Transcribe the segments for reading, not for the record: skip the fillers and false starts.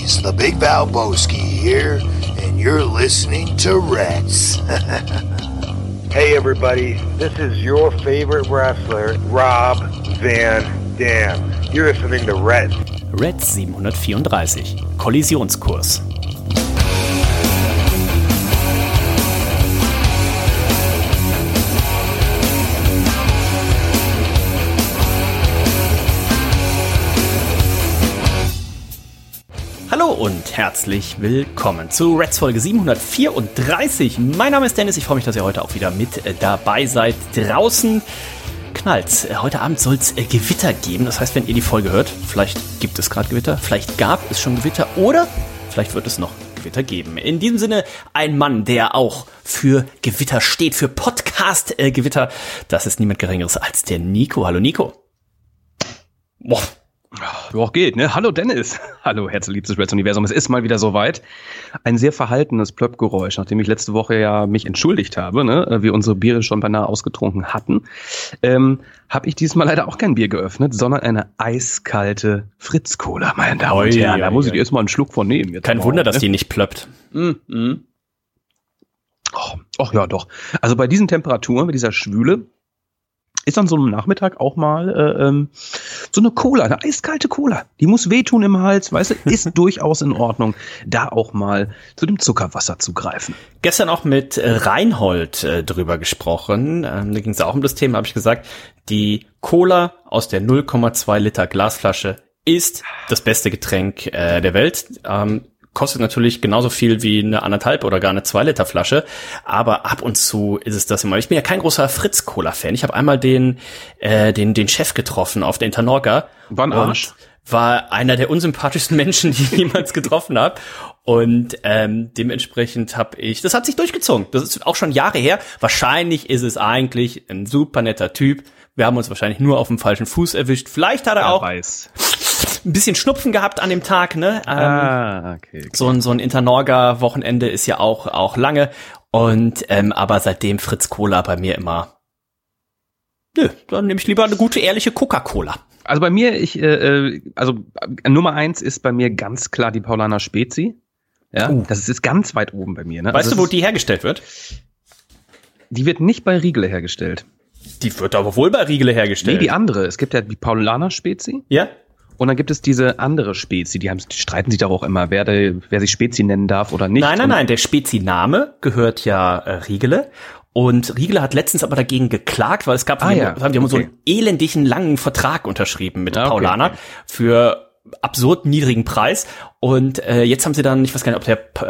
boys, the Big Valboski here, and you're listening to Reds. Hey everybody, this is your favorite wrestler, Rob Van Dam. You're listening to Reds. Reds 734, Kollisionskurs. Hallo und herzlich willkommen zu Reds Folge 734. Mein Name ist Dennis, ich freue mich, dass ihr heute auch wieder mit dabei seid. Draußen knallt's. Heute Abend soll's Gewitter geben, das heißt, wenn ihr die Folge hört, vielleicht gibt es gerade Gewitter, vielleicht gab es schon Gewitter oder vielleicht wird es noch Gewitter geben. In diesem Sinne ein Mann, der auch für Gewitter steht, für Podcast-Gewitter. Das ist niemand Geringeres als der Nico. Hallo Nico. Boah. Ja, geht, ne? Hallo Dennis. Hallo, herzliebstes Reds Universum. Es ist mal wieder soweit. Ein sehr verhaltenes Plöppgeräusch, nachdem ich letzte Woche ja mich entschuldigt habe, ne? Wir unsere Biere schon beinahe ausgetrunken hatten, habe ich diesmal leider auch kein Bier geöffnet, sondern eine eiskalte Fritz-Cola, meine Damen und Herren. Da muss ich erst mal einen Schluck von nehmen. Jetzt kein Wunder, dass die nicht plöppt. Ach ja, doch. Also bei diesen Temperaturen, mit dieser Schwüle, ist an so einem Nachmittag auch mal so eine Cola, eine eiskalte Cola. Die muss wehtun im Hals, weißt du, ist durchaus in Ordnung, da auch mal zu dem Zuckerwasser zu greifen. Gestern auch mit Reinhold drüber gesprochen. Da ging es auch um das Thema, habe ich gesagt, die Cola aus der 0,2 Liter Glasflasche ist das beste Getränk der Welt. Kostet natürlich genauso viel wie eine 1,5 oder gar eine 2 Liter Flasche, aber ab und zu ist es das immer. Ich bin ja kein großer Fritz-Cola-Fan. Ich habe einmal den Chef getroffen auf der Internorga. War ein Arsch. War einer der unsympathischsten Menschen, die ich jemals getroffen habe. Und dementsprechend das hat sich durchgezogen. Das ist auch schon Jahre her. Wahrscheinlich ist es eigentlich ein super netter Typ. Wir haben uns wahrscheinlich nur auf dem falschen Fuß erwischt. Vielleicht hat er auch ein bisschen Schnupfen gehabt an dem Tag, ne? Okay. So ein Internorga-Wochenende ist ja auch lange. Und aber seitdem Fritz Cola bei mir immer. Nö, dann nehme ich lieber eine gute, ehrliche Coca-Cola. Also bei mir, Nummer 1 ist bei mir ganz klar die Paulaner Spezi. Ja, das ist ganz weit oben bei mir. Ne? Weißt du, wo die hergestellt wird? Die wird nicht bei Riegele hergestellt. Die wird aber wohl bei Riegele hergestellt. Nee, die andere. Es gibt ja die Paulaner Spezi. Ja. Und dann gibt es diese andere Spezi. Die streiten sich doch auch immer, wer sich Spezi nennen darf oder nicht. Nein. Der Spezi-Name gehört ja Riegele. Und Riegele hat letztens aber dagegen geklagt, weil es gab, die haben so einen elendigen langen Vertrag unterschrieben mit Paulaner für absurd niedrigen Preis. Und jetzt haben sie dann, ich weiß gar nicht,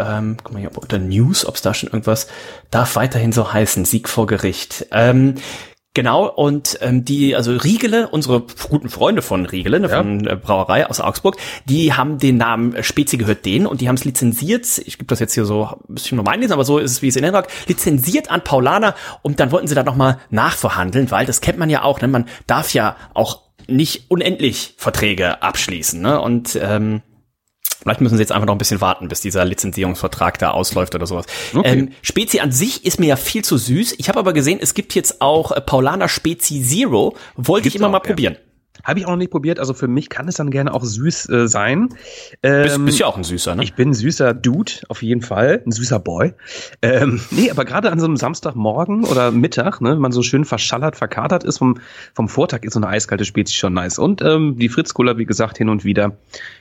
ob der News, ob es da schon irgendwas darf weiterhin so heißen, Sieg vor Gericht. Genau, und Riegele, unsere guten Freunde von Riegele, von Brauerei aus Augsburg, die haben den Namen Spezi gehört denen und die haben es lizenziert, ich gebe das jetzt hier so ein bisschen normal lesen, aber so ist es, wie es in Erinnerung, lizenziert an Paulaner und dann wollten sie da nochmal nachverhandeln, weil das kennt man ja auch, ne? Man darf ja auch nicht unendlich Verträge abschließen, ne? Und vielleicht müssen sie jetzt einfach noch ein bisschen warten, bis dieser Lizenzierungsvertrag da ausläuft oder sowas. Okay. Spezi an sich ist mir ja viel zu süß. Ich habe aber gesehen, es gibt jetzt auch Paulaner Spezi Zero. Wollte ich immer mal probieren. Habe ich auch noch nicht probiert. Also für mich kann es dann gerne auch süß sein. Bist ja auch ein Süßer, ne? Ich bin ein süßer Dude, auf jeden Fall. Ein süßer Boy. Nee, aber gerade an so einem Samstagmorgen oder Mittag, ne, wenn man so schön verschallert, verkatert ist vom Vortag, ist so eine eiskalte Spezi schon nice. Und die Fritz-Cola, wie gesagt, hin und wieder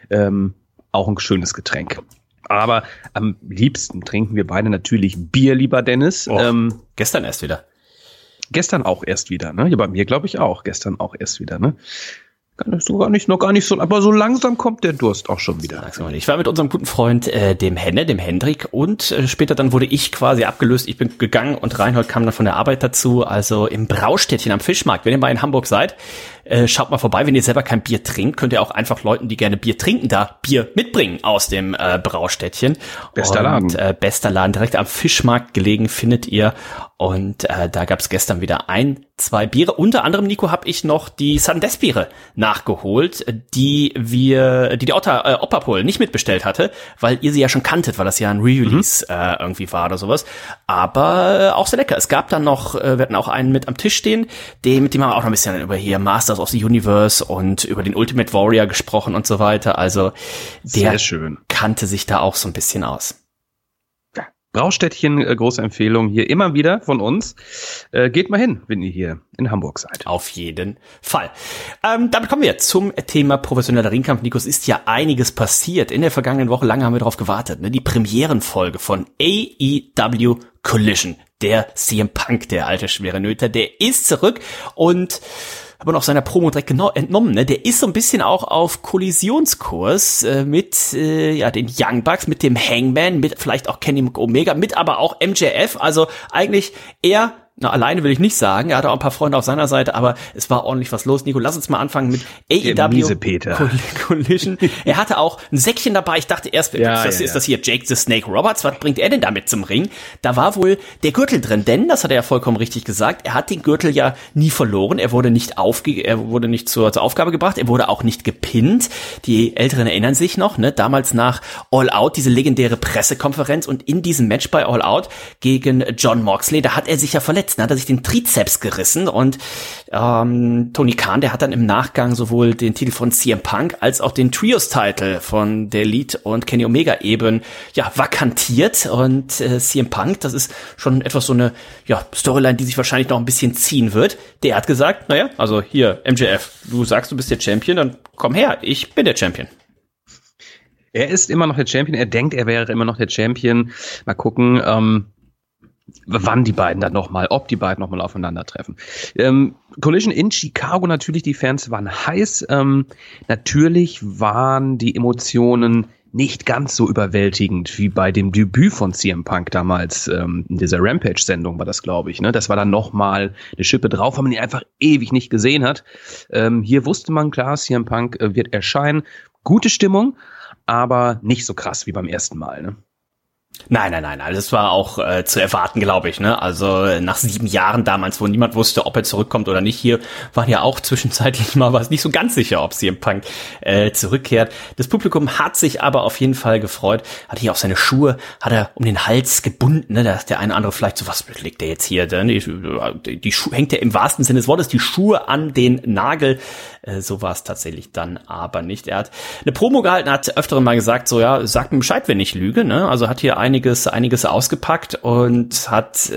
auch ein schönes Getränk. Aber am liebsten trinken wir beide natürlich Bier, lieber Dennis. Gestern erst wieder. Gestern auch erst wieder, ne? Ja, bei mir glaube ich auch. Gestern auch erst wieder, ne? Noch gar nicht so, aber so langsam kommt der Durst auch schon wieder. Ich war mit unserem guten Freund, dem Hendrik, und später dann wurde ich quasi abgelöst. Ich bin gegangen und Reinhold kam dann von der Arbeit dazu, also im Braustädtchen am Fischmarkt. Wenn ihr mal in Hamburg seid, schaut mal vorbei. Wenn ihr selber kein Bier trinkt, könnt ihr auch einfach Leuten, die gerne Bier trinken, da Bier mitbringen aus dem Braustädtchen. Bester Laden. Bester Laden, direkt am Fischmarkt gelegen, findet ihr. Und da gab es gestern wieder 2 Biere. Unter anderem, Nico, habe ich noch die Sandes-Biere nachgeholt, die Oppapol nicht mitbestellt hatte, weil ihr sie ja schon kanntet, weil das ja ein Re-Release irgendwie war oder sowas. Aber auch sehr lecker. Es gab dann noch, wir hatten auch einen mit am Tisch stehen, mit dem haben wir auch noch ein bisschen über hier Masters of the Universe und über den Ultimate Warrior gesprochen und so weiter. Also der kannte sich da auch so ein bisschen aus. Braustädtchen, große Empfehlung hier immer wieder von uns. Geht mal hin, wenn ihr hier in Hamburg seid. Auf jeden Fall. Damit kommen wir zum Thema professioneller Ringkampf. Nikos, ist ja einiges passiert. In der vergangenen Woche, lange haben wir darauf gewartet, ne? Die Premierenfolge von AEW Collision. Der CM Punk, der alte schwere Nöter, der ist zurück und aber noch seiner Promo direkt entnommen, ne? Der ist so ein bisschen auch auf Kollisionskurs mit den Young Bucks, mit dem Hangman, mit vielleicht auch Kenny Omega, mit aber auch MJF. Also eigentlich eher, alleine will ich nicht sagen, er hatte auch ein paar Freunde auf seiner Seite, aber es war ordentlich was los. Nico, lass uns mal anfangen mit AEW Collision. Er hatte auch ein Säckchen dabei. Ich dachte erst, ist das hier Jake the Snake Roberts? Was bringt er denn damit zum Ring? Da war wohl der Gürtel drin, denn, das hat er ja vollkommen richtig gesagt, er hat den Gürtel ja nie verloren. Er wurde nicht zur Aufgabe gebracht. Er wurde auch nicht gepinnt. Die Älteren erinnern sich noch, ne? Damals nach All Out, diese legendäre Pressekonferenz, und in diesem Match bei All Out gegen Jon Moxley, da hat er sich ja verletzt. Da hat er sich den Trizeps gerissen und Tony Khan, der hat dann im Nachgang sowohl den Titel von CM Punk als auch den Trios-Title von der Elite und Kenny Omega eben vakantiert, und CM Punk, das ist schon etwas so eine Storyline, die sich wahrscheinlich noch ein bisschen ziehen wird. Der hat gesagt, also hier MJF, du sagst, du bist der Champion, dann komm her, ich bin der Champion. Er ist immer noch der Champion, er denkt, er wäre immer noch der Champion. Mal gucken, wann die beiden dann ob die beiden nochmal aufeinandertreffen. Collision in Chicago, natürlich, die Fans waren heiß. Natürlich waren die Emotionen nicht ganz so überwältigend wie bei dem Debüt von CM Punk damals. In dieser Rampage-Sendung war das, glaube ich. Ne? Das war dann nochmal eine Schippe drauf, weil man ihn einfach ewig nicht gesehen hat. Hier wusste man klar, CM Punk wird erscheinen. Gute Stimmung, aber nicht so krass wie beim ersten Mal, ne? Nein. Also das war auch zu erwarten, glaube ich, ne? Also nach 7 Jahren damals, wo niemand wusste, ob er zurückkommt oder nicht. Hier waren ja auch zwischenzeitlich mal was nicht so ganz sicher, ob CM Punk zurückkehrt. Das Publikum hat sich aber auf jeden Fall gefreut. Hat hier auch seine Schuhe, hat er um den Hals gebunden, ne? Da ist der eine oder andere vielleicht so, was legt der jetzt hier? Die Schuhe hängt er im wahrsten Sinne des Wortes, die Schuhe an den Nagel. So war es tatsächlich dann aber nicht. Er hat eine Promo gehalten, hat öfteren mal gesagt, sagt mir Bescheid, wenn ich lüge, ne? Also hat hier einiges ausgepackt und hat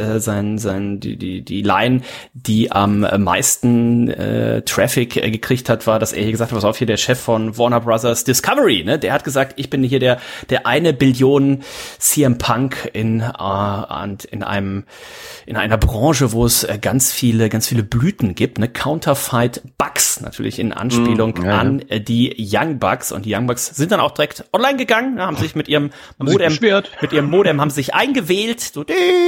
die Line, die am meisten Traffic gekriegt hat, war, dass er hier gesagt hat, pass auf, hier der Chef von Warner Brothers Discovery, ne? Der hat gesagt, ich bin hier der 1 Billion CM Punk in einer Branche, wo es ganz viele Blüten gibt, ne? Counterfeit Bucks, natürlich in Anspielung an die Young Bucks, und die Young Bucks sind dann auch direkt online gegangen, haben sich mit ihrem Modem haben sich eingewählt, so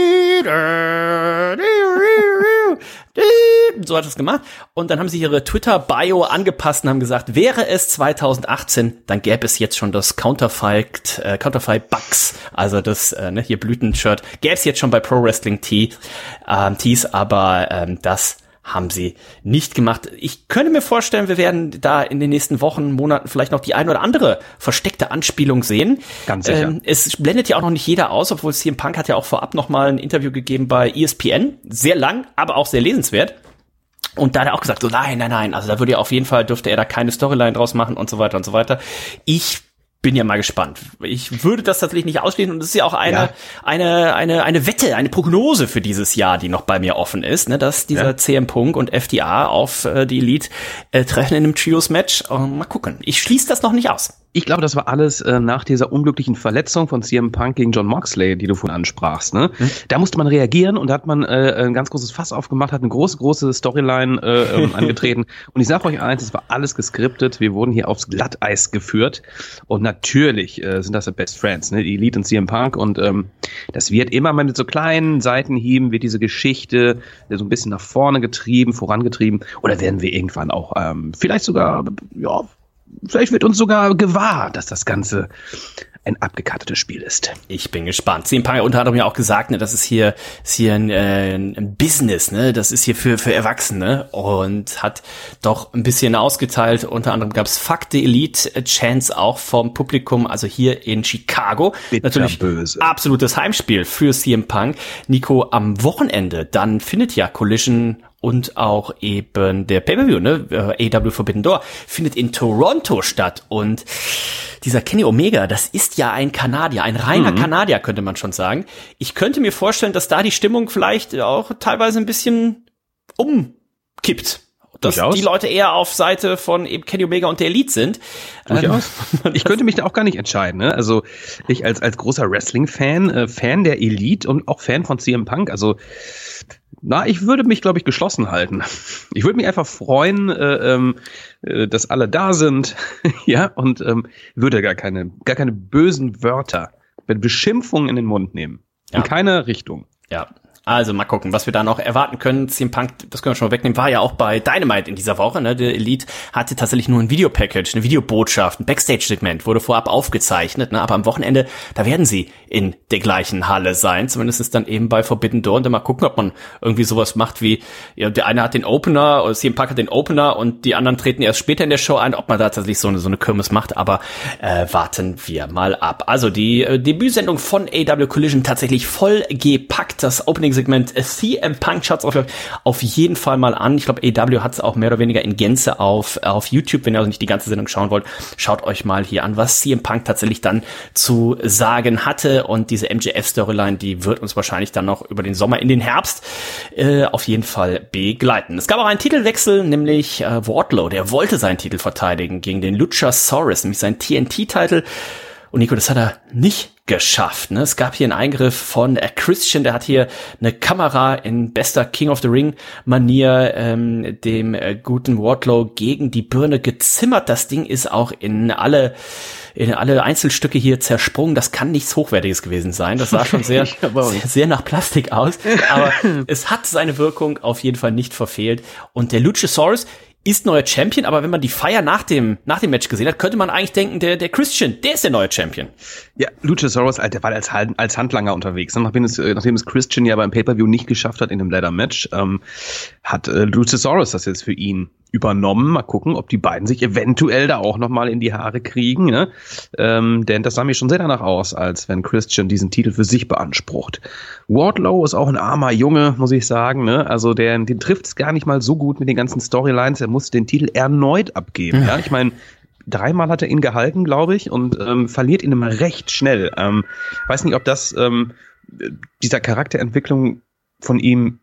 hat es gemacht, und dann haben sie ihre Twitter-Bio angepasst und haben gesagt, wäre es 2018, dann gäbe es jetzt schon das Counterfeit Bucks, also das hier Blüten-Shirt, gäbe es jetzt schon bei Pro Wrestling Tees, aber das haben sie nicht gemacht. Ich könnte mir vorstellen, wir werden da in den nächsten Wochen, Monaten vielleicht noch die ein oder andere versteckte Anspielung sehen. Ganz sicher. Es blendet ja auch noch nicht jeder aus, obwohl CM Punk hat ja auch vorab noch mal ein Interview gegeben bei ESPN. Sehr lang, aber auch sehr lesenswert. Und da hat er auch gesagt, so nein, also da dürfte er da keine Storyline draus machen und so weiter und so weiter. Ich bin ja mal gespannt. Ich würde das tatsächlich nicht ausschließen, und es ist ja auch eine Wette, eine Prognose für dieses Jahr, die noch bei mir offen ist, ne, dass dieser CM Punk und FDA auf die Elite treffen in einem Trios-Match. Mal gucken. Ich schließe das noch nicht aus. Ich glaube, das war alles nach dieser unglücklichen Verletzung von CM Punk gegen Jon Moxley, die du vorhin ansprachst. Ne? Da musste man reagieren, und da hat man ein ganz großes Fass aufgemacht, hat eine große Storyline angetreten. Und ich sage euch eins, es war alles geskriptet. Wir wurden hier aufs Glatteis geführt. Und natürlich sind das Best Friends, ne? Die Elite und CM Punk. Und das wird immer mal mit so kleinen Seitenhieben, wird diese Geschichte so ein bisschen nach vorne vorangetrieben. Oder werden wir irgendwann auch vielleicht wird uns sogar gewahr, dass das Ganze ein abgekartetes Spiel ist. Ich bin gespannt. CM Punk hat unter anderem ja auch gesagt, ne, das ist hier ein Business, ne, das ist hier für Erwachsene, und hat doch ein bisschen ausgeteilt. Unter anderem gab es Fuck the Elite Chants auch vom Publikum, also hier in Chicago. Natürlich böse. Absolutes Heimspiel für CM Punk. Nico, am Wochenende, dann findet ja Collision und auch eben der Pay-Per-View, ne, AEW Forbidden Door, findet in Toronto statt, und dieser Kenny Omega, das ist ja ein Kanadier, ein reiner Kanadier, könnte man schon sagen. Ich könnte mir vorstellen, dass da die Stimmung vielleicht auch teilweise ein bisschen umkippt. Dass die Leute eher auf Seite von eben Kenny Omega und der Elite sind. Durchaus. Ich könnte mich da auch gar nicht entscheiden. Ne? Also ich als großer Wrestling-Fan, Fan der Elite und auch Fan von CM Punk, also ich würde mich, glaube ich, geschlossen halten. Ich würde mich einfach freuen, dass alle da sind, ja, und würde gar keine bösen Wörter, Beschimpfungen in den Mund nehmen. Ja. In keiner Richtung. Ja. Also mal gucken, was wir da noch erwarten können. CM Punk, das können wir schon mal wegnehmen, war ja auch bei Dynamite in dieser Woche. Ne? Der Elite hatte tatsächlich nur ein Videopackage, eine Videobotschaft, ein Backstage-Segment, wurde vorab aufgezeichnet. Ne? Aber am Wochenende, da werden sie in der gleichen Halle sein. Zumindest ist dann eben bei Forbidden Door. Und dann mal gucken, ob man irgendwie sowas macht wie, ja, der eine hat den Opener, oder CM Punk hat den Opener und die anderen treten erst später in der Show ein. Ob man da tatsächlich so eine Kirmes macht, aber warten wir mal ab. Also die Debütsendung von AEW Collision tatsächlich voll gepackt. Das Opening-Segment CM Punk, schaut's auf jeden Fall mal an. Ich glaube, AEW hat es auch mehr oder weniger in Gänze auf YouTube. Wenn ihr also nicht die ganze Sendung schauen wollt, schaut euch mal hier an, was CM Punk tatsächlich dann zu sagen hatte. Und diese MJF-Storyline, die wird uns wahrscheinlich dann noch über den Sommer in den Herbst auf jeden Fall begleiten. Es gab auch einen Titelwechsel, nämlich Wardlow, der wollte seinen Titel verteidigen gegen den Luchasaurus, nämlich seinen TNT-Titel. Und Nico, das hat er nicht geschafft. Ne? Es gab hier einen Eingriff von Christian, der hat hier eine Kamera in bester King of the Ring Manier dem guten Wardlow gegen die Birne gezimmert. Das Ding ist auch in alle Einzelstücke hier zersprungen. Das kann nichts Hochwertiges gewesen sein. Das sah schon sehr nach Plastik aus. Aber es hat seine Wirkung auf jeden Fall nicht verfehlt. Und der Luchasaurus ist neuer Champion, aber wenn man die Feier nach dem Match gesehen hat, könnte man eigentlich denken, der Christian, der ist der neue Champion. Ja, Luchasaurus, der war als Handlanger unterwegs. Nachdem es Christian ja beim Pay-Per-View nicht geschafft hat in dem Ladder-Match, hat Luchasaurus das jetzt für ihn übernommen. Mal gucken, ob die beiden sich eventuell da auch nochmal in die Haare kriegen. Ne? Denn das sah mir schon sehr danach aus, als wenn Christian diesen Titel für sich beansprucht. Wardlow ist auch ein armer Junge, muss ich sagen. Ne? Also den trifft es gar nicht mal so gut mit den ganzen Storylines. Er muss den Titel erneut abgeben. Ja? Ich meine, 3-mal hat er ihn gehalten, glaube ich, und verliert ihn immer recht schnell. Weiß nicht, ob das dieser Charakterentwicklung von ihm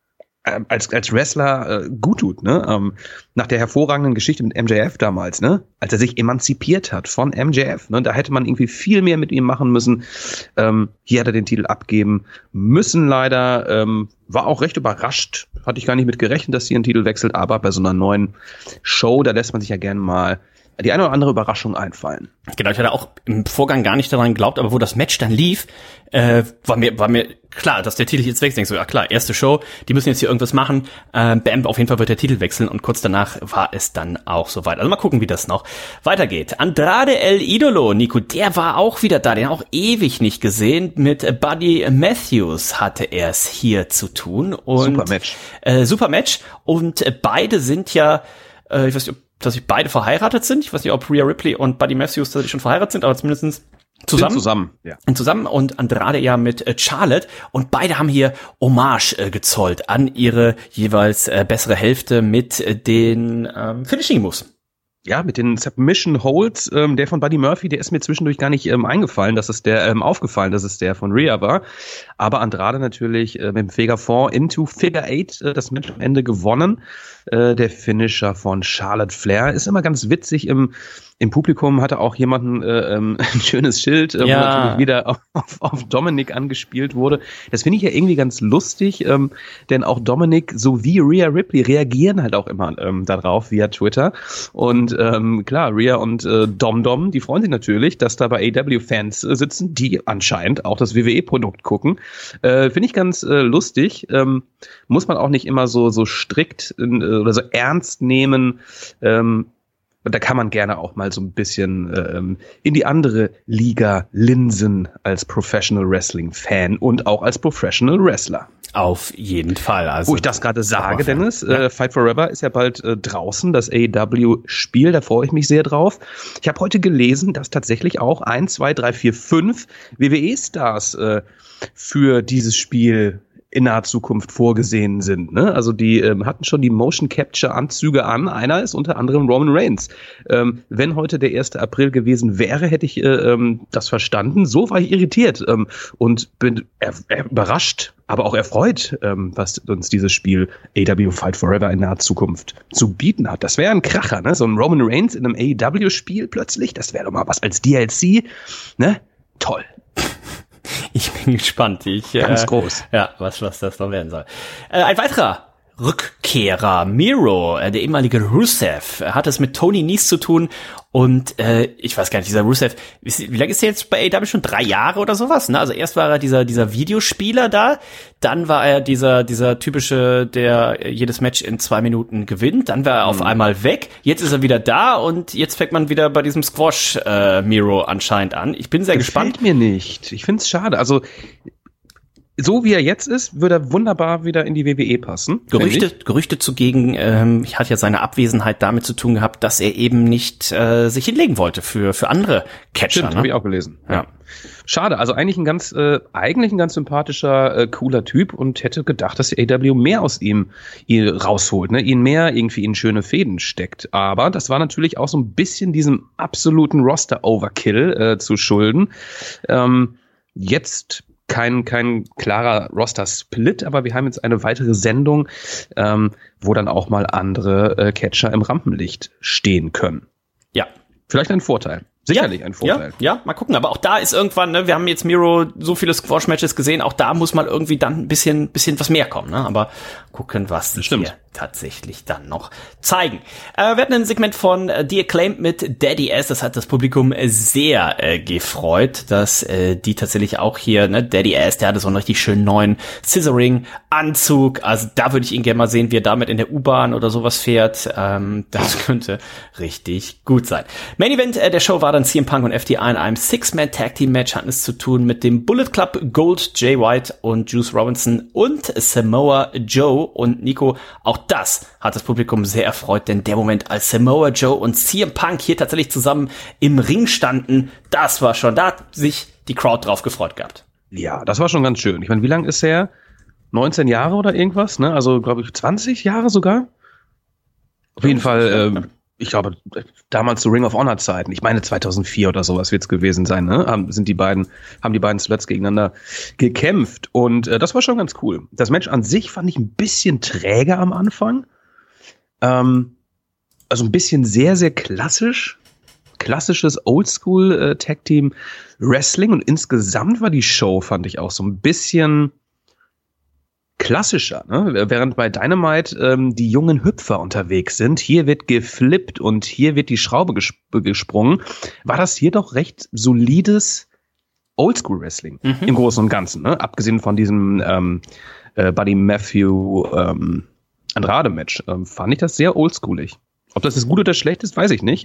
als Wrestler gut tut, ne? Nach der hervorragenden Geschichte mit MJF damals, ne? Als er sich emanzipiert hat von MJF, ne? Da hätte man irgendwie viel mehr mit ihm machen müssen. Hier hat er den Titel abgeben müssen leider. War auch recht überrascht. Hatte ich gar nicht mit gerechnet, dass hier ein Titel wechselt, aber bei so einer neuen Show, da lässt man sich ja gerne mal die eine oder andere Überraschung einfallen. Genau, ich hatte auch im Vorgang gar nicht daran geglaubt, aber wo das Match dann lief, war mir klar, dass der Titel jetzt wechselt. So, ja klar, erste Show, die müssen jetzt hier irgendwas machen. Bam, auf jeden Fall wird der Titel wechseln und kurz danach war es dann auch soweit. Also mal gucken, wie das noch weitergeht. Andrade El Idolo, Nico, der war auch wieder da, den auch ewig nicht gesehen. Mit Buddy Matthews hatte er es hier zu tun. Und super Match. Und beide sind ja, ich weiß nicht, dass sie beide verheiratet sind. Ich weiß nicht, ob Rhea Ripley und Buddy Matthews tatsächlich schon verheiratet sind, aber zumindest zusammen. Ja. Zusammen und Andrade ja mit Charlotte. Und beide haben hier Hommage gezollt an ihre jeweils bessere Hälfte mit den Finishing Moves. Ja, mit den Submission Holds, der von Buddy Murphy, der ist mir zwischendurch gar nicht eingefallen, dass es aufgefallen, dass es der von Rhea war. Aber Andrade natürlich mit dem Figure 4 into Figure 8 das Match am Ende gewonnen. Der Finisher von Charlotte Flair ist immer ganz witzig. Im Publikum hatte auch jemanden ein schönes Schild, wo natürlich wieder auf Dominik angespielt wurde. Das finde ich ja irgendwie ganz lustig, denn auch Dominik sowie Rhea Ripley reagieren halt auch immer darauf via Twitter. Und klar, Rhea und Dom, die freuen sich natürlich, dass da bei AEW Fans sitzen, die anscheinend auch das WWE-Produkt gucken. Finde ich ganz lustig. Muss man auch nicht immer so strikt oder so ernst nehmen. Da kann man gerne auch mal so ein bisschen in die andere Liga linsen als Professional Wrestling Fan und auch als Professional Wrestler. Auf jeden Fall. Also, wo ich das gerade sage, Dennis, Fight Forever ist ja bald draußen, das AEW-Spiel, da freue ich mich sehr drauf. Ich habe heute gelesen, dass tatsächlich auch 1, 2, 3, 4, 5 WWE-Stars für dieses Spiel in naher Zukunft vorgesehen sind. Ne? Also die hatten schon die Motion Capture Anzüge an. Einer ist unter anderem Roman Reigns. Wenn heute der 1. April gewesen wäre, hätte ich das verstanden. So war ich irritiert und bin überrascht, aber auch erfreut, was uns dieses Spiel AEW Fight Forever in naher Zukunft zu bieten hat. Das wäre ein Kracher, ne? So ein Roman Reigns in einem AEW-Spiel plötzlich. Das wäre doch mal was als DLC. Ne? Toll. Ich bin gespannt. Ganz groß. Ja, was das noch werden soll. Ein weiterer Rückkehrer, Miro, der ehemalige Rusev, hat es mit Tony Nese zu tun und ich weiß gar nicht, dieser Rusev, wie lange ist der jetzt bei AEW schon? 3 Jahre oder sowas? Ne? Also erst war er dieser Videospieler da, dann war er dieser typische, der jedes Match in 2 Minuten gewinnt, dann war er auf einmal weg, jetzt ist er wieder da und jetzt fängt man wieder bei diesem Squash Miro anscheinend an. Ich bin sehr gespannt. Gefällt mir nicht. Ich find's schade. Also so wie er jetzt ist, würde er wunderbar wieder in die WWE passen. Gerüchte zugegen, hat ja seine Abwesenheit damit zu tun gehabt, dass er eben nicht sich hinlegen wollte für andere Catcher. Stimmt, habe ich auch gelesen. Ja. Schade, also eigentlich ein ganz sympathischer, cooler Typ und hätte gedacht, dass die AEW mehr aus ihm rausholt, ne? Ihn mehr irgendwie in schöne Fäden steckt. Aber das war natürlich auch so ein bisschen diesem absoluten Roster-Overkill zu schulden. Jetzt kein klarer Roster-Split, aber wir haben jetzt eine weitere Sendung, wo dann auch mal andere Catcher im Rampenlicht stehen können. Ja. Vielleicht ein Vorteil. Sicherlich ein Vorteil. Ja, mal gucken. Aber auch da ist irgendwann, ne, wir haben jetzt Miro so viele Squash-Matches gesehen, auch da muss mal irgendwie dann ein bisschen was mehr kommen. Ne? Aber gucken, was die hier tatsächlich dann noch zeigen. Wir hatten ein Segment von The Acclaimed mit Daddy S. Das hat das Publikum sehr gefreut, dass die tatsächlich auch hier, ne, Daddy S, der hatte so einen richtig schönen neuen Scissoring-Anzug. Also da würde ich ihn gerne mal sehen, wie er damit in der U-Bahn oder sowas fährt. Das könnte richtig gut sein. Main Event der Show war dann CM Punk und FTR in einem 6-Man-Tag-Team-Match, hatten es zu tun mit dem Bullet Club, Gold, Jay White und Juice Robinson und Samoa Joe. Und Nico, auch das hat das Publikum sehr erfreut, denn der Moment, als Samoa Joe und CM Punk hier tatsächlich zusammen im Ring standen, das war schon, da hat sich die Crowd drauf gefreut gehabt. Ja, das war schon ganz schön. Ich meine, wie lang ist er? 19 Jahre oder irgendwas, ne? Also, glaube ich, 20 Jahre sogar? Auf jeden Fall, ich glaube, damals zu Ring of Honor Zeiten, ich meine 2004 oder sowas wird es gewesen sein, ne? Haben die beiden zuletzt gegeneinander gekämpft und das war schon ganz cool. Das Match an sich fand ich ein bisschen träge am Anfang. Also ein bisschen sehr, sehr klassisches Oldschool Tag Team Wrestling und insgesamt war die Show, fand ich auch so ein bisschen klassischer, ne? Während bei Dynamite die jungen Hüpfer unterwegs sind, hier wird geflippt und hier wird die Schraube gesprungen, war das hier doch recht solides Oldschool-Wrestling im Großen und Ganzen, ne? Abgesehen von diesem Buddy Matthew Andrade-Match fand ich das sehr oldschoolig. Ob das gut oder schlecht ist, weiß ich nicht.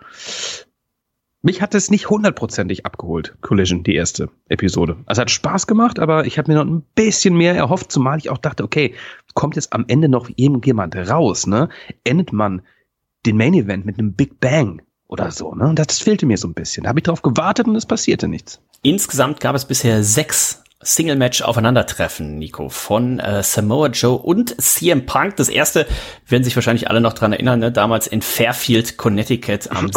Mich hat es nicht 100%ig abgeholt, Collision, die erste Episode. Also hat Spaß gemacht, aber ich habe mir noch ein bisschen mehr erhofft, zumal ich auch dachte, okay, kommt jetzt am Ende noch irgendjemand raus, ne? Endet man den Main Event mit einem Big Bang oder so, ne? Und das fehlte mir so ein bisschen. Da habe ich drauf gewartet und es passierte nichts. Insgesamt gab es bisher 6 Single-Match-Aufeinandertreffen, Nico, von Samoa Joe und CM Punk. Das erste werden sich wahrscheinlich alle noch dran erinnern, ne? Damals in Fairfield, Connecticut am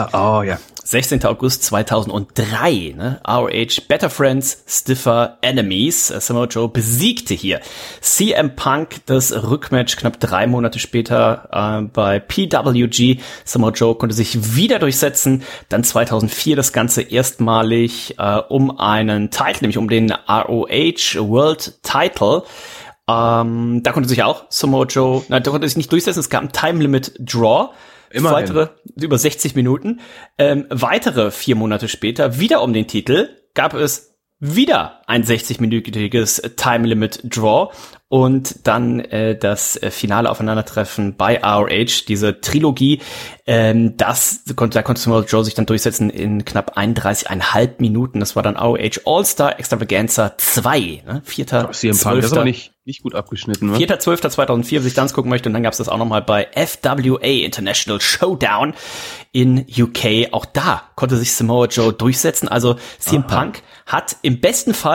16. August 2003, ne? ROH Better Friends, Stiffer Enemies. Samoa Joe besiegte hier CM Punk. Das Rückmatch knapp 3 Monate später bei PWG. Samoa Joe konnte sich wieder durchsetzen. Dann 2004 das Ganze erstmalig um einen Titel, nämlich um den ROH World Title. Da konnte sich auch Samoa Joe, da konnte sich nicht durchsetzen. Es gab ein Time Limit Draw. Immerhin. Weitere über 60 Minuten. Weitere 4 Monate später, wieder um den Titel, gab es wieder ein 60-minütiges Time Limit Draw und dann das finale Aufeinandertreffen bei ROH, diese Trilogie. Da konnte Samoa Joe sich dann durchsetzen in knapp 31,5 Minuten. Das war dann ROH All-Star Extravaganza 2. Ne? 4.12. Das ist aber nicht gut abgeschnitten. Ne? 4.12.2004, wenn ich das gucken möchte. Und dann gab es das auch nochmal bei FWA International Showdown in UK. Auch da konnte sich Samoa Joe durchsetzen. Also CM Punk hat im besten Fall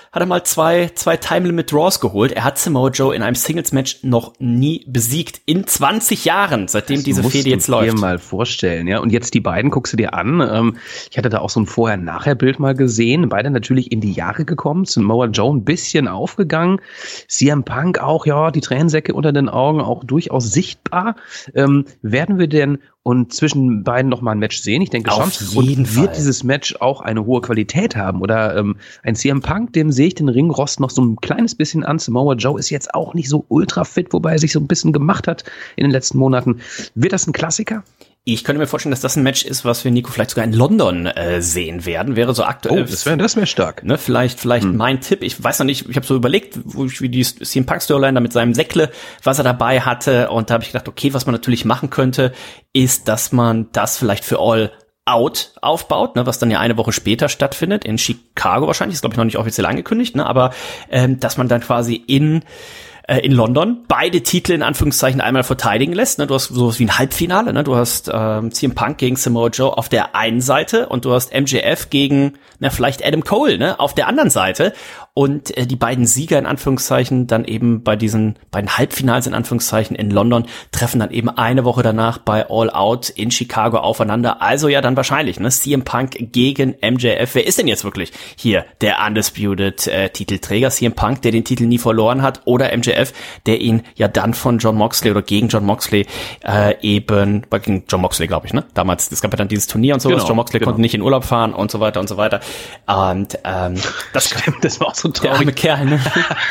hat er mal zwei Time-Limit-Draws geholt. Er hat Samoa Joe in einem Singles-Match noch nie besiegt. In 20 Jahren, seitdem diese Fehde jetzt läuft. Das musst du dir mal vorstellen, ja. Und jetzt die beiden guckst du dir an. Ich hatte da auch so ein Vorher-Nachher-Bild mal gesehen. Beide natürlich in die Jahre gekommen. Samoa Joe ein bisschen aufgegangen. CM Punk auch, ja, die Tränensäcke unter den Augen auch durchaus sichtbar. Werden wir denn und zwischen beiden noch mal ein Match sehen? Ich denke auf schon. Jeden und Fall. Wird dieses Match auch eine hohe Qualität haben? Oder ein CM Punk, dem sehe ich den Ringrost noch so ein kleines bisschen an. Samoa Joe ist jetzt auch nicht so ultra fit, wobei er sich so ein bisschen gemacht hat in den letzten Monaten. Wird das ein Klassiker? Ich könnte mir vorstellen, dass das ein Match ist, was wir, Nico, vielleicht sogar in London sehen werden. Wäre so aktuell. Oh, das wäre stark. Ne, vielleicht mein Tipp. Ich weiß noch nicht, ich habe so überlegt, wie die CM Punk Storyline da mit seinem Säckle, was er dabei hatte. Und da habe ich gedacht, okay, was man natürlich machen könnte, ist, dass man das vielleicht für All Out aufbaut, ne, was dann ja eine Woche später stattfindet, in Chicago wahrscheinlich, ist glaube ich noch nicht offiziell angekündigt, ne, aber dass man dann quasi in London beide Titel in Anführungszeichen einmal verteidigen lässt. Ne? Du hast sowas wie ein Halbfinale. Ne? Du hast CM Punk gegen Samoa Joe auf der einen Seite und du hast MJF gegen vielleicht Adam Cole, ne, auf der anderen Seite. Und die beiden Sieger in Anführungszeichen dann eben bei diesen beiden Halbfinals in Anführungszeichen in London treffen dann eben eine Woche danach bei All Out in Chicago aufeinander. Also ja dann wahrscheinlich, ne, CM Punk gegen MJF. Wer ist denn jetzt wirklich hier der Undisputed Titelträger? CM Punk, der den Titel nie verloren hat, oder MJF, der ihn ja dann von Jon Moxley oder gegen Jon Moxley gegen Jon Moxley, glaube ich, ne? Damals, es gab ja dann dieses Turnier und sowas. Genau, Jon Moxley konnte nicht in Urlaub fahren und so weiter und so weiter. Und das war auch so traurig. Der arme Kerl, ne?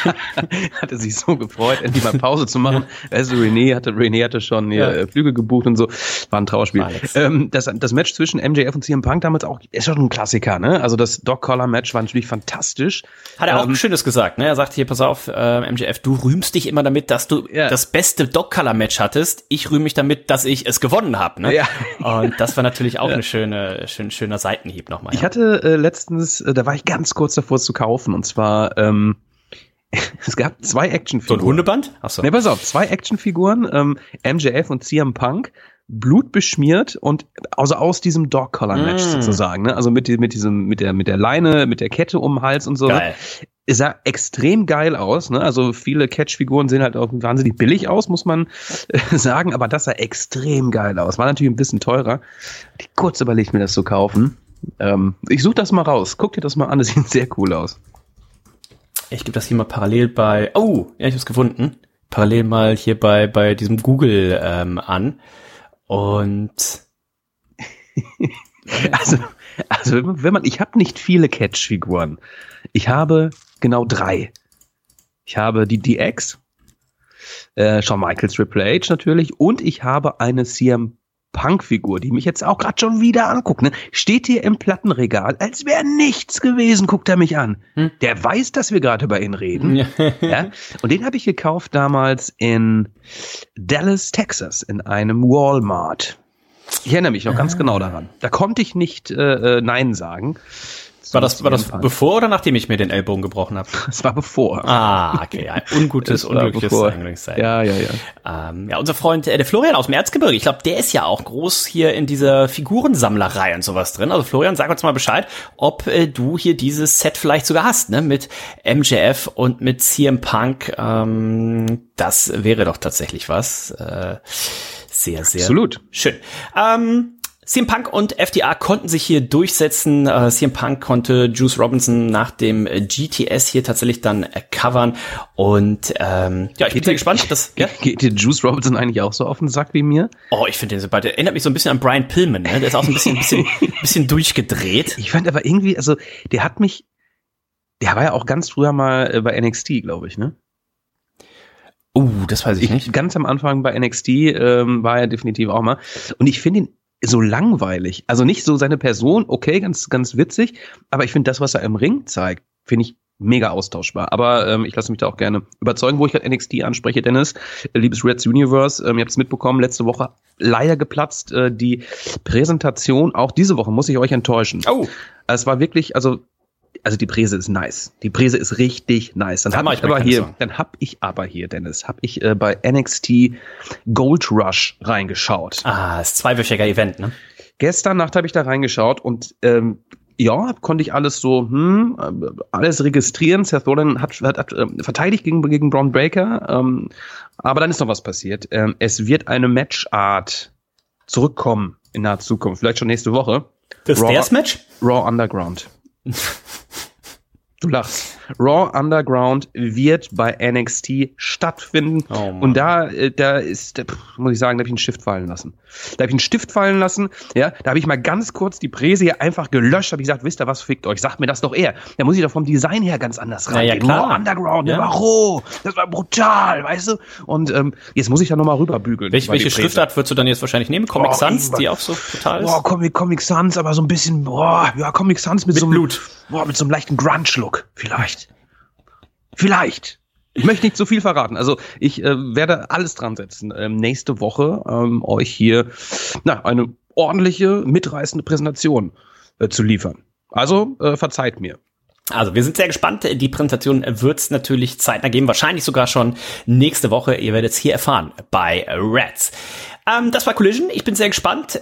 Hatte sich so gefreut, endlich mal Pause zu machen. Also René hatte schon Flüge gebucht und so. War ein Trauerspiel. Das Match zwischen MJF und CM Punk damals auch ist schon ein Klassiker, ne? Also das Dog-Collar-Match war natürlich fantastisch. Hat er auch ein Schönes gesagt, ne? Er sagte hier, pass auf, MJF, du rühmst dich immer damit, dass du das beste Dog-Collar-Match hattest. Ich rühme mich damit, dass ich es gewonnen habe, ne? Ja. Und das war natürlich auch ein schöner Seitenhieb nochmal. Ich hatte letztens, da war ich ganz kurz davor zu kaufen, und zwar es gab 2 Actionfiguren. So ein Hundeband? Achso. Ne, pass auf, 2 Actionfiguren, MJF und CM Punk, blutbeschmiert und also aus diesem Dog-Collar-Match sozusagen, ne? Also mit der Leine, mit der Kette um den Hals und so. Geil. Es sah extrem geil aus, ne? Also viele Catch-Figuren sehen halt auch wahnsinnig billig aus, muss man sagen, aber das sah extrem geil aus. War natürlich ein bisschen teurer. Ich hab kurz überlegt, mir das zu kaufen. Ich suche das mal raus. Guck dir das mal an, das sieht sehr cool aus. Ich gebe das hier mal parallel bei, ich hab's gefunden. Parallel mal hier bei diesem Google an. Und also ich habe nicht viele Catch-Figuren. Ich habe genau 3. Ich habe die DX, Shawn Michaels, Triple H natürlich, und ich habe eine CM Punk-Figur, die mich jetzt auch gerade schon wieder anguckt. Ne? Steht hier im Plattenregal, als wäre nichts gewesen, guckt er mich an. Der weiß, dass wir gerade über ihn reden. Ja? Und den habe ich gekauft damals in Dallas, Texas, in einem Walmart. Ich erinnere mich noch ganz genau daran. Da konnte ich nicht Nein sagen. War das bevor oder nachdem ich mir den Ellbogen gebrochen habe? Es war bevor. Ah, okay. Ein unglückliches Sein. Ja. Unser Freund der Florian aus dem Erzgebirge, ich glaube, der ist ja auch groß hier in dieser Figurensammlerei und sowas drin. Also Florian, sag uns mal Bescheid, ob du hier dieses Set vielleicht sogar hast, ne? Mit MJF und mit CM Punk. Das wäre doch tatsächlich was. Sehr, sehr absolut schön. CM Punk und FTA konnten sich hier durchsetzen. CM Punk konnte Juice Robinson nach dem GTS hier tatsächlich dann covern. Und ich bin sehr gespannt. Geht dir Juice Robinson eigentlich auch so auf den Sack wie mir? Oh, ich finde den so beide. Erinnert mich so ein bisschen an Brian Pillman, ne? Der ist auch so ein bisschen durchgedreht. Ich fand aber irgendwie, also der war ja auch ganz früher mal bei NXT, glaube ich, ne? Das weiß ich nicht. Ganz am Anfang bei NXT war er definitiv auch mal. Und ich finde ihn so langweilig. Also nicht so seine Person, okay, ganz, ganz witzig, aber ich finde das, was er im Ring zeigt, finde ich mega austauschbar. Aber ich lasse mich da auch gerne überzeugen, wo ich gerade NXT anspreche, Dennis. Liebes Reds Universe, ihr habt es mitbekommen, letzte Woche leider geplatzt, die Präsentation, auch diese Woche muss ich euch enttäuschen. Es war wirklich, also die Präse ist nice. Die Präse ist richtig nice. Dann habe ich aber hier, Dennis, bei NXT Gold Rush reingeschaut. Das ist 2-wöchiger Event, ne? Gestern Nacht habe ich da reingeschaut und ja, konnte ich alles so, alles registrieren. Seth Rollins hat verteidigt gegen Braun Breaker, aber dann ist noch was passiert. Es wird eine Matchart zurückkommen in naher Zukunft, vielleicht schon nächste Woche. Das Stairs-Match? Raw Underground. Du lachst. Raw Underground wird bei NXT stattfinden. Oh, und da ist, muss ich sagen, da habe ich einen Stift fallen lassen. Ja, da habe ich mal ganz kurz die Präse hier einfach gelöscht, habe ich gesagt, wisst ihr was, fickt euch, sagt mir das doch eher. Da muss ich doch vom Design her ganz anders rein. Ja, klar. Raw Underground, das war roh, das war brutal, weißt du? Und jetzt muss ich da nochmal rüberbügeln. Welche Schriftart würdest du dann jetzt wahrscheinlich nehmen? Comic Sans, die auch so brutal ist? Comic Sans, aber so ein bisschen, Comic Sans mit so einem Blut. Mit so einem leichten Grunge-Look. Vielleicht. Ich möchte nicht zu viel verraten. Also ich werde alles dran setzen, nächste Woche euch hier eine ordentliche, mitreißende Präsentation zu liefern. Also verzeiht mir. Also wir sind sehr gespannt. Die Präsentation wird es natürlich zeitnah geben. Wahrscheinlich sogar schon nächste Woche. Ihr werdet es hier erfahren bei Reds. Das war Collision. Ich bin sehr gespannt.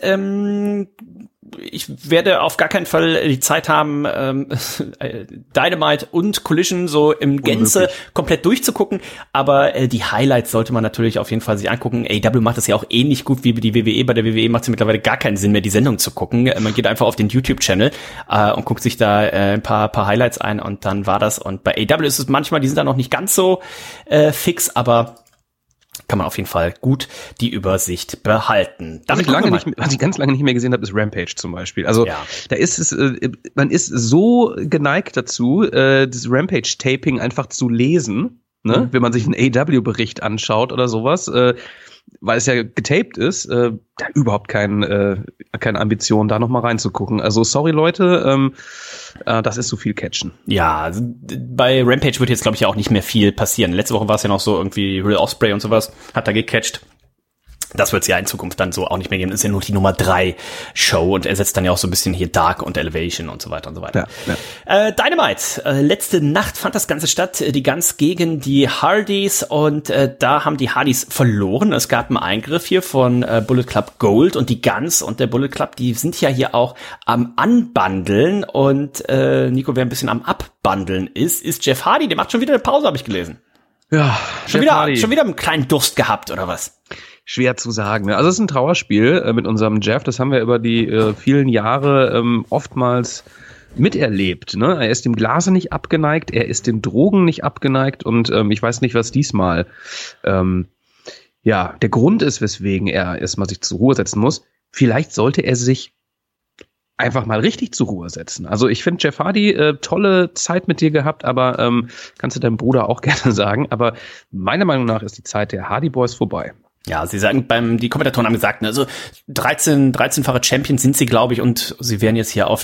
Ich werde auf gar keinen Fall die Zeit haben, Dynamite und Collision so im Gänze komplett durchzugucken, aber die Highlights sollte man natürlich auf jeden Fall sich angucken. AEW macht das ja auch ähnlich gut wie die WWE. Bei der WWE macht es mittlerweile gar keinen Sinn mehr, die Sendung zu gucken. Man geht einfach auf den YouTube-Channel und guckt sich da ein paar Highlights ein und dann war das. Und bei AEW ist es manchmal, die sind da noch nicht ganz so fix, aber kann man auf jeden Fall gut die Übersicht behalten. Was ich ganz lange nicht mehr gesehen habe, ist Rampage zum Beispiel. Also da ist es, man ist so geneigt dazu, das Rampage-Taping einfach zu lesen, ne? Wenn man sich einen AEW-Bericht anschaut oder sowas, weil es ja getaped ist, da überhaupt keine Ambition, da noch mal reinzugucken. Also sorry Leute, das ist so viel Catchen. Ja, also bei Rampage wird jetzt, glaube ich, ja auch nicht mehr viel passieren. Letzte Woche war es ja noch so irgendwie Real Ospreay und sowas, hat da gecatcht. Das wird es ja in Zukunft dann so auch nicht mehr geben. Das ist ja nur die Nummer 3 Show und ersetzt dann ja auch so ein bisschen hier Dark und Elevation und so weiter und so weiter. Ja. Dynamite. Letzte Nacht fand das Ganze statt. Die Guns gegen die Hardys und da haben die Hardys verloren. Es gab einen Eingriff hier von Bullet Club Gold und die Guns und der Bullet Club, die sind ja hier auch am Anbandeln und Nico, wer ein bisschen am Abbandeln ist Jeff Hardy. Der macht schon wieder eine Pause, habe ich gelesen. Ja, schon wieder einen kleinen Durst gehabt oder was? Schwer zu sagen. Also es ist ein Trauerspiel mit unserem Jeff. Das haben wir über die vielen Jahre oftmals miterlebt. Ne? Er ist dem Glase nicht abgeneigt, er ist den Drogen nicht abgeneigt und ich weiß nicht, was diesmal der Grund ist, weswegen er erstmal sich zur Ruhe setzen muss. Vielleicht sollte er sich einfach mal richtig zur Ruhe setzen. Also ich finde, Jeff Hardy, tolle Zeit mit dir gehabt, aber kannst du deinem Bruder auch gerne sagen. Aber meiner Meinung nach ist die Zeit der Hardy Boys vorbei. Ja, sie sagen die Kommentatoren haben gesagt, also 13-fache Champions sind sie, glaube ich, und sie wären jetzt hier auf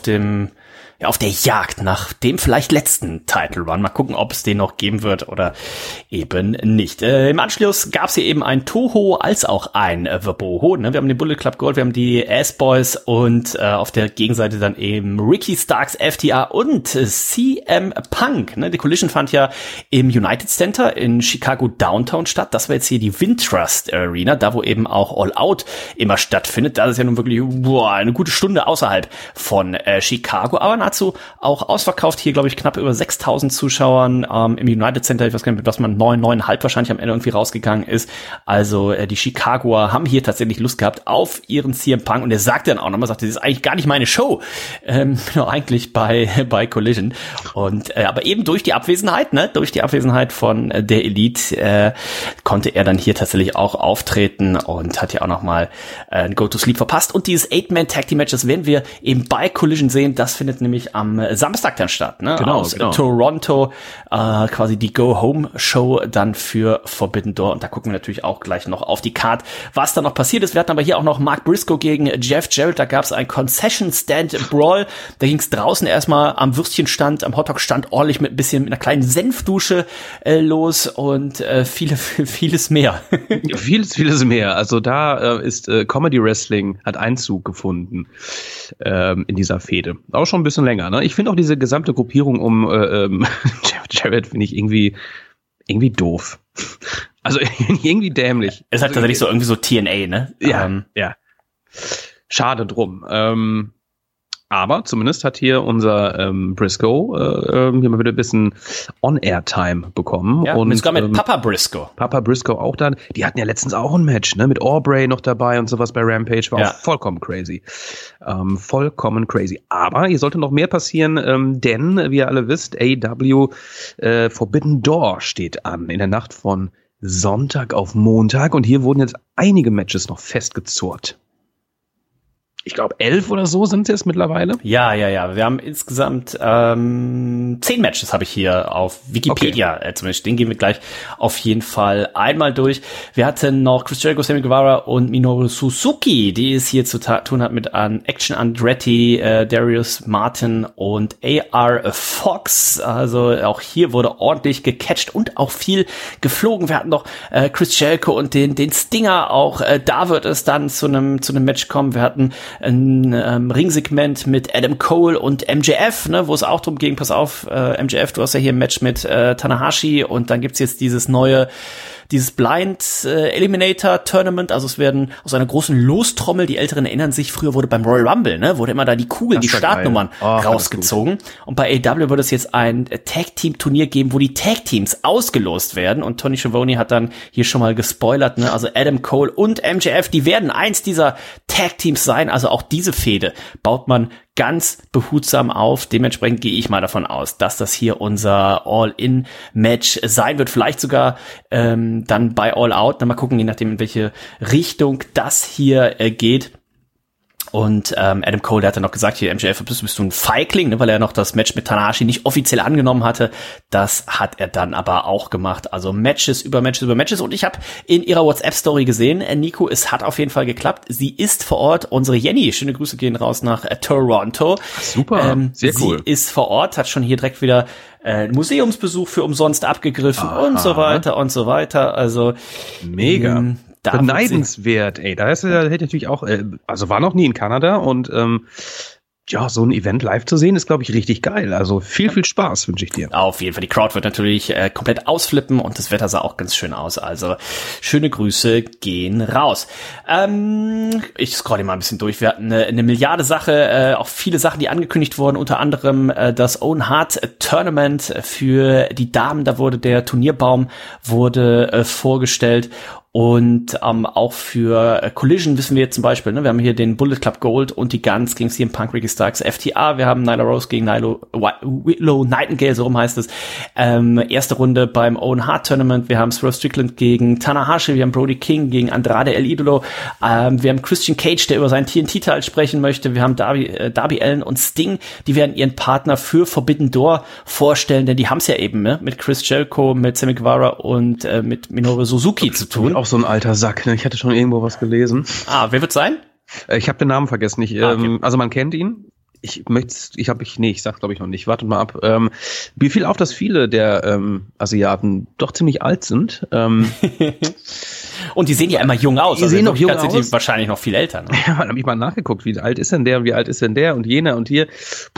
der Jagd nach dem vielleicht letzten Title Run. Mal gucken, ob es den noch geben wird oder eben nicht. Im Anschluss gab es hier eben ein Toho als auch ein Waboho. Ne? Wir haben den Bullet Club Gold, wir haben die Ass-Boys und auf der Gegenseite dann eben Ricky Starks, FTA und CM Punk. Ne? Die Collision fand ja im United Center in Chicago Downtown statt. Das war jetzt hier die Wintrust Arena, da wo eben auch All Out immer stattfindet. Das ist ja nun wirklich eine gute Stunde außerhalb von Chicago, aber nahezu auch ausverkauft. Hier, glaube ich, knapp über 6.000 Zuschauern im United Center. Ich weiß gar nicht, mit was man 9,5 wahrscheinlich am Ende irgendwie rausgegangen ist. Also die Chicagoer haben hier tatsächlich Lust gehabt auf ihren CM Punk. Und er sagte dann auch nochmal, das ist eigentlich gar nicht meine Show. Eigentlich bei Collision. Und aber eben durch die Abwesenheit, von der Elite konnte er dann hier tatsächlich auch auftreten und hat ja auch nochmal ein Go-to-Sleep verpasst. Und dieses 8-Man-Tag-Team-Match, das werden wir eben bei Collision sehen. Das findet nämlich am Samstag dann statt, ne? Aus Toronto, quasi die Go-Home-Show dann für Forbidden Door. Und da gucken wir natürlich auch gleich noch auf die Card, was da noch passiert ist. Wir hatten aber hier auch noch Mark Briscoe gegen Jeff Jarrett. Da gab es ein Concession-Stand-Brawl. Da ging es draußen erstmal am Würstchenstand, am Hotdog-Stand ordentlich mit einer kleinen Senfdusche los und vieles mehr. Vieles mehr. Also da ist Comedy Wrestling hat Einzug gefunden in dieser Fehde. Auch schon ein bisschen länger, ne? Ich finde auch diese gesamte Gruppierung um Jeff Jarrett finde ich irgendwie doof. Also irgendwie dämlich. Es hat tatsächlich so irgendwie so TNA, ne? Ja. Schade drum. Aber zumindest hat hier unser Briscoe hier mal wieder ein bisschen On-Air-Time bekommen. Ja, und sogar mit Papa Briscoe. Papa Briscoe auch dann. Die hatten ja letztens auch ein Match, ne, mit Aubrey noch dabei und sowas bei Rampage. War auch vollkommen crazy. Vollkommen crazy. Aber hier sollte noch mehr passieren, denn, wie ihr alle wisst, AEW Forbidden Door steht an in der Nacht von Sonntag auf Montag. Und hier wurden jetzt einige Matches noch festgezurrt. Ich glaube, 11 oder so sind es mittlerweile. Ja. Wir haben insgesamt 10 Matches habe ich hier auf Wikipedia. Okay. Zumindest den gehen wir gleich auf jeden Fall einmal durch. Wir hatten noch Chris Jericho, Sammy Guevara und Minoru Suzuki, die es hier zu tun hat mit Action Andretti, Darius Martin und AR Fox. Also auch hier wurde ordentlich gecatcht und auch viel geflogen. Wir hatten noch Chris Jericho und den Stinger. Auch da wird es dann zu einem Match kommen. Wir hatten ein Ringsegment mit Adam Cole und MJF, ne, wo es auch drum ging, pass auf, MJF, du hast ja hier ein Match mit Tanahashi und dann gibt's jetzt dieses Blind Eliminator Tournament, also es werden aus einer großen Lostrommel, die Älteren erinnern sich, früher wurde beim Royal Rumble, ne, wurde immer da die Kugeln, die Startnummern rausgezogen. Und bei AEW wird es jetzt ein Tag-Team-Turnier geben, wo die Tag-Teams ausgelost werden und Tony Schiavone hat dann hier schon mal gespoilert, ne, also Adam Cole und MJF, die werden eins dieser Tag-Teams sein, also auch diese Fehde baut man ganz behutsam auf. Dementsprechend gehe ich mal davon aus, dass das hier unser All-In-Match sein wird. Vielleicht sogar dann bei All Out. Dann mal gucken, je nachdem, in welche Richtung das hier geht. Und Adam Cole, der hat dann noch gesagt, hier MJF, bist du ein Feigling, ne, weil er noch das Match mit Tanahashi nicht offiziell angenommen hatte. Das hat er dann aber auch gemacht. Also Matches über Matches über Matches. Und ich habe in ihrer WhatsApp-Story gesehen, Nico, es hat auf jeden Fall geklappt. Sie ist vor Ort. Unsere Jenny, schöne Grüße gehen raus nach Toronto. Super, sehr cool. Sie ist vor Ort, hat schon hier direkt wieder Museumsbesuch für umsonst abgegriffen und so weiter und so weiter. Also mega. Beneidenswert, ey. Da hätte ich natürlich auch, also war noch nie in Kanada und ja, so ein Event live zu sehen, ist, glaube ich, richtig geil. Also viel Spaß wünsche ich dir. Auf jeden Fall. Die Crowd wird natürlich komplett ausflippen und das Wetter sah auch ganz schön aus. Also schöne Grüße gehen raus. Ich scrolle mal ein bisschen durch. Wir hatten eine Milliarde Sache, auch viele Sachen, die angekündigt wurden. Unter anderem das Owen Hart Tournament für die Damen. Da wurde der Turnierbaum vorgestellt. Und auch für Collision wissen wir jetzt zum Beispiel, ne, wir haben hier den Bullet Club Gold und die Guns gegen CM Punk, Ricky Starks, FTA. Wir haben Nyla Rose gegen Willow Nightingale, so rum heißt es. Erste Runde beim Owen Hart Tournament. Wir haben Swerve Strickland gegen Tanahashi. Wir haben Brody King gegen Andrade El Idolo. Wir haben Christian Cage, der über seinen TNT-Teil sprechen möchte. Wir haben Darby Allin und Sting. Die werden ihren Partner für Forbidden Door vorstellen, denn die haben es ja eben, ne, mit Chris Jericho, mit Sammy Guevara und mit Minoru Suzuki zu tun. Auch so ein alter Sack, ne? Ich hatte schon irgendwo was gelesen. Wer wird's sein? Ich habe den Namen vergessen. Okay. Also man kennt ihn. Ich sag's glaube ich noch nicht. Wartet mal ab. Mir fiel auf, dass viele der Asiaten doch ziemlich alt sind. Und die sehen ja immer jung aus. Die sehen noch jung aus. Sind die wahrscheinlich noch viel älter. Ne? Ja, dann habe ich mal nachgeguckt, wie alt ist denn der und wie alt ist denn der und jener und hier.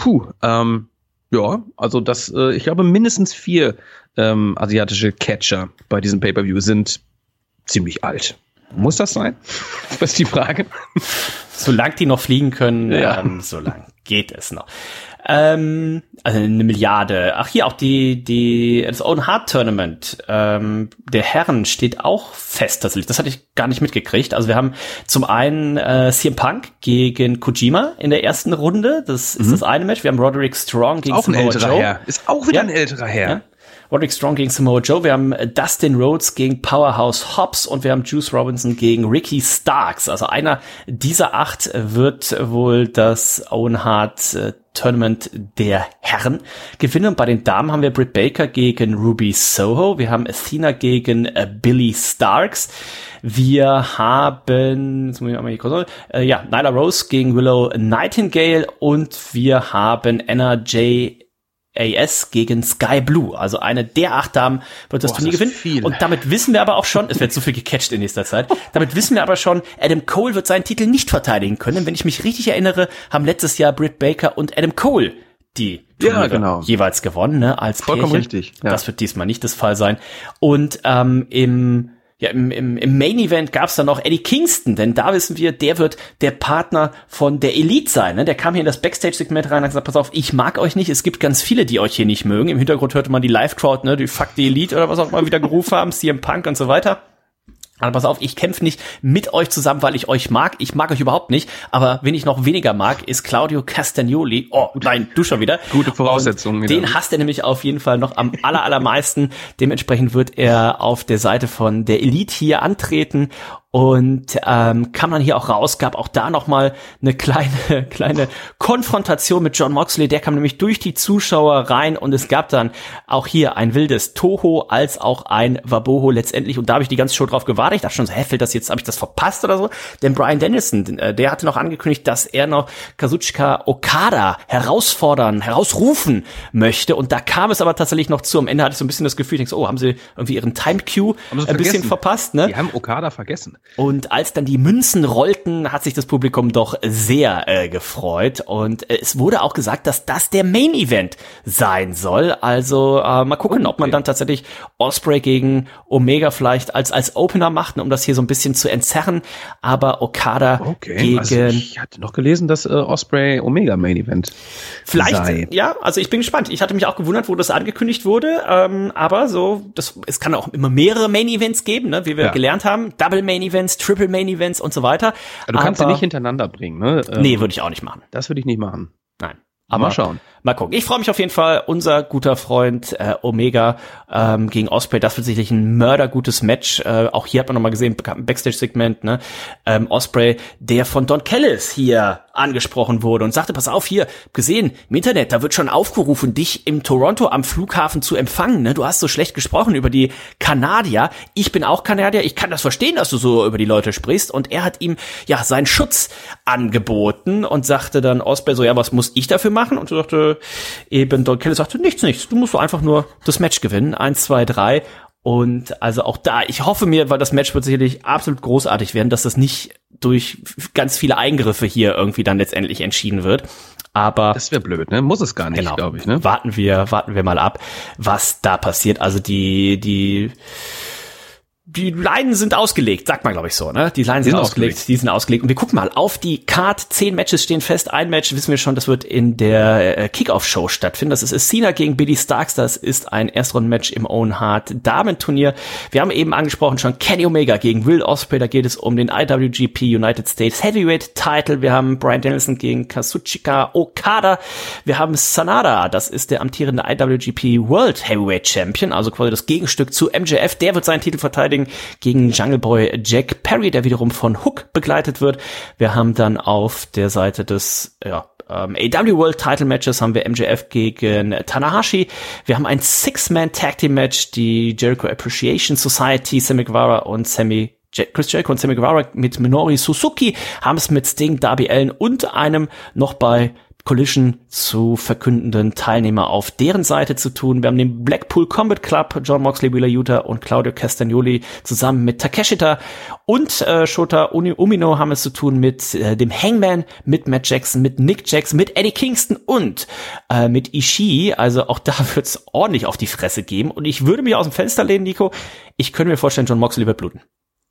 Ja, also das, ich glaube mindestens 4 asiatische Catcher bei diesem Pay-Per-View sind ziemlich alt. Muss das sein? Das ist die Frage. Solange die noch fliegen können, solange geht es noch. Also eine Milliarde. Ach, hier auch das Owen Hart Tournament der Herren steht auch fest tatsächlich. Das hatte ich gar nicht mitgekriegt. Also wir haben zum einen CM Punk gegen Kojima in der ersten Runde. Das ist das eine Match. Wir haben Roderick Strong gegen Samoa Joe. Ist auch wieder ein älterer Herr. Ja. Roderick Strong gegen Samoa Joe, wir haben Dustin Rhodes gegen Powerhouse Hobbs und wir haben Juice Robinson gegen Ricky Starks. Also einer dieser 8 wird wohl das Owen Hart Tournament der Herren gewinnen. Und bei den Damen haben wir Britt Baker gegen Ruby Soho. Wir haben Athena gegen Billy Starks. Wir haben, jetzt muss ich mal hier kurz Nyla Rose gegen Willow Nightingale und wir haben Anna J. AS gegen Sky Blue. Also eine der 8 Damen wird das Turnier gewinnen. Und damit wissen wir aber auch schon, es wird so viel gecatcht in nächster Zeit, damit wissen wir aber schon, Adam Cole wird seinen Titel nicht verteidigen können. Denn wenn ich mich richtig erinnere, haben letztes Jahr Britt Baker und Adam Cole die Turniere jeweils gewonnen, ne, als vollkommen Pärchen. Richtig. Ja. Das wird diesmal nicht das Fall sein. Und im Ja, im Main Event gab's dann noch Eddie Kingston, denn da wissen wir, der wird der Partner von der Elite sein, ne? Der kam hier in das Backstage-Segment rein und hat gesagt, pass auf, ich mag euch nicht, es gibt ganz viele, die euch hier nicht mögen. Im Hintergrund hörte man die Live-Crowd, ne, die Fuck die Elite oder was auch immer wieder gerufen haben, CM Punk und so weiter. Aber pass auf, ich kämpfe nicht mit euch zusammen, weil ich euch mag. Ich mag euch überhaupt nicht. Aber wen ich noch weniger mag, ist Claudio Castagnoli. Oh, nein, du schon wieder. Gute Voraussetzungen. Den hasst er nämlich auf jeden Fall noch am allermeisten. Dementsprechend wird er auf der Seite von der Elite hier antreten. Und kam dann hier auch raus, gab auch da nochmal eine kleine Konfrontation mit Jon Moxley. Der kam nämlich durch die Zuschauer rein und es gab dann auch hier ein wildes Toho als auch ein Waboho letztendlich. Und da habe ich die ganze Show drauf gewartet. Ich dachte schon so, fällt das jetzt, habe ich das verpasst oder so? Denn Bryan Danielson, der hatte noch angekündigt, dass er noch Kazuchika Okada herausrufen möchte. Und da kam es aber tatsächlich noch zu. Am Ende hatte ich so ein bisschen das Gefühl, ich denke so, haben sie irgendwie ihren Time-Cue ein bisschen verpasst, ne? Die haben Okada vergessen. Und als dann die Münzen rollten, hat sich das Publikum doch sehr gefreut. Und es wurde auch gesagt, dass das der Main Event sein soll. Also mal gucken, ob man dann tatsächlich Ospreay gegen Omega vielleicht als Opener macht, um das hier so ein bisschen zu entzerren. Aber Okada gegen... Also ich hatte noch gelesen, dass Ospreay Omega Main Event vielleicht sei. Ja, also ich bin gespannt. Ich hatte mich auch gewundert, wo das angekündigt wurde. Aber so, es kann auch immer mehrere Main Events geben, ne, wie wir gelernt haben. Double Main Events, Triple Main Events und so weiter. Du kannst sie nicht hintereinander bringen, ne? Nee, würde ich auch nicht machen. Das würde ich nicht machen. Nein. Aber mal schauen. Mal gucken. Ich freue mich auf jeden Fall. Unser guter Freund Omega gegen Ospreay, das wird sicherlich ein mördergutes Match. Auch hier hat man nochmal gesehen, im Backstage-Segment, ne? Ospreay, der von Don Callis hier angesprochen wurde und sagte, pass auf, hier, gesehen, im Internet, da wird schon aufgerufen, dich im Toronto am Flughafen zu empfangen, ne? Du hast so schlecht gesprochen über die Kanadier. Ich bin auch Kanadier. Ich kann das verstehen, dass du so über die Leute sprichst. Und er hat ihm, ja, seinen Schutz angeboten und sagte dann Ospreay so, ja, was muss ich dafür machen? Und er sagte eben, Don Callis sagte, nichts. Du musst doch einfach nur das Match gewinnen. 1, 2, 3. Und also auch da, ich hoffe mir, weil das Match wird sicherlich absolut großartig werden, dass das nicht durch ganz viele Eingriffe hier irgendwie dann letztendlich entschieden wird. Aber das wäre blöd, ne? Muss es gar nicht, genau, glaube ich, ne? Warten wir mal ab, was da passiert. Also die Leinen sind ausgelegt, sagt man, glaube ich, so, ne? Die Leinen sind ausgelegt. Die sind ausgelegt. Und wir gucken mal auf die Card. 10 Matches stehen fest. Ein Match, wissen wir schon, das wird in der Kickoff-Show stattfinden. Das ist Cena gegen Billy Starks. Das ist ein Erstrunden-Match im Owen Hart Damenturnier. Wir haben eben angesprochen schon Kenny Omega gegen Will Ospreay. Da geht es um den IWGP United States Heavyweight Title. Wir haben Bryan Danielson gegen Kazuchika Okada. Wir haben Sanada. Das ist der amtierende IWGP World Heavyweight Champion. Also quasi das Gegenstück zu MJF. Der wird seinen Titel verteidigen gegen Jungle Boy Jack Perry, der wiederum von Hook begleitet wird. Wir haben dann auf der Seite des AEW World Title Matches haben wir MJF gegen Tanahashi. Wir haben ein 6-Man Tag Team Match, die Jericho Appreciation Society, Sammy Guevara und Chris Jericho und Sammy Guevara mit Minoru Suzuki haben es mit Sting, Darby Allin und einem noch bei Collision zu verkündenden Teilnehmer auf deren Seite zu tun. Wir haben den Blackpool Combat Club, Jon Moxley, Wheeler Yuta und Claudio Castagnoli zusammen mit Takeshita und Shota Umino haben es zu tun mit dem Hangman, mit Matt Jackson, mit Nick Jackson, mit Eddie Kingston und mit Ishii. Also auch da wird es ordentlich auf die Fresse geben. Und ich würde mich aus dem Fenster lehnen, Nico. Ich könnte mir vorstellen, Jon Moxley wird bluten.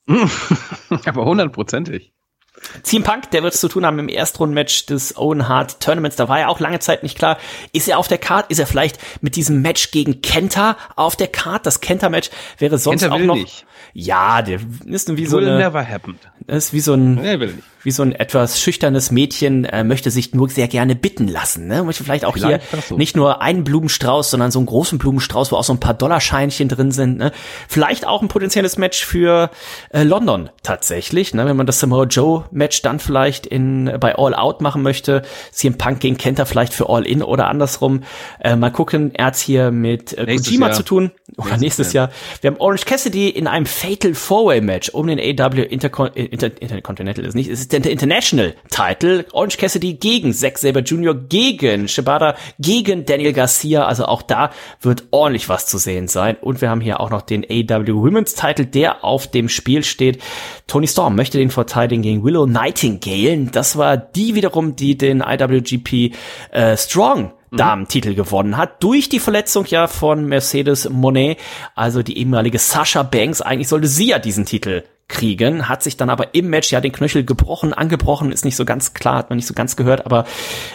Aber 100%. CM Punk, der wird es zu tun haben im Erstrundenmatch des Owen Hart Tournaments. Da war ja auch lange Zeit nicht klar, ist er auf der Card? Ist er vielleicht mit diesem Match gegen Kenta auf der Card? Das Kenta-Match wäre sonst Kenta auch will noch... Nicht. Ja, der ist wie so will eine... never happen. Das ist wie so ein etwas schüchternes Mädchen, möchte sich nur sehr gerne bitten lassen, ne? Möchte vielleicht auch hier nicht nur einen Blumenstrauß, sondern so einen großen Blumenstrauß, wo auch so ein paar Dollarscheinchen drin sind, ne? Vielleicht auch ein potenzielles Match für London tatsächlich, ne? Wenn man das Samoa Joe Match dann vielleicht bei All Out machen möchte, CM Punk gegen Kenta vielleicht für All In oder andersrum. Mal gucken, er hat's hier mit Kojima zu tun. Oder nächstes Jahr. Wir haben Orange Cassidy in einem Fatal 4-Way Match um den AEW Intercontinental ist nicht. Es ist der International Title. Orange Cassidy gegen Zack Sabre Jr., gegen Shibata, gegen Daniel Garcia. Also auch da wird ordentlich was zu sehen sein. Und wir haben hier auch noch den AEW Women's Title, der auf dem Spiel steht. Toni Storm möchte den verteidigen gegen Willow Nightingale. Das war die wiederum, die den IWGP Strong Damen-Titel gewonnen hat, durch die Verletzung ja von Mercedes Moné, also die ehemalige Sasha Banks. Eigentlich sollte sie ja diesen Titel kriegen, hat sich dann aber im Match ja den Knöchel angebrochen, ist nicht so ganz klar, hat man nicht so ganz gehört, aber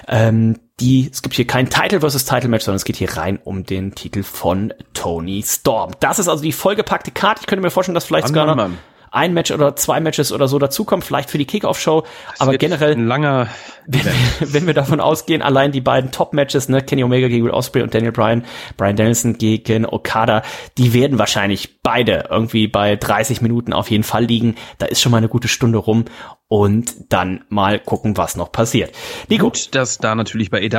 es gibt hier kein Title versus Title Match, sondern es geht hier rein um den Titel von Toni Storm. Das ist also die vollgepackte Karte. Ich könnte mir vorstellen, dass vielleicht sogar noch ein Match oder 2 Matches oder so dazukommen, vielleicht für die Kickoff-Show, aber generell ein langer wenn wir davon ausgehen, allein die beiden Top-Matches, ne, Kenny Omega gegen Will Ospreay und Daniel Bryan Danielson gegen Okada, die werden wahrscheinlich beide irgendwie bei 30 Minuten auf jeden Fall liegen. Da ist schon mal eine gute Stunde rum und dann mal gucken, was noch passiert. Gut, dass da natürlich bei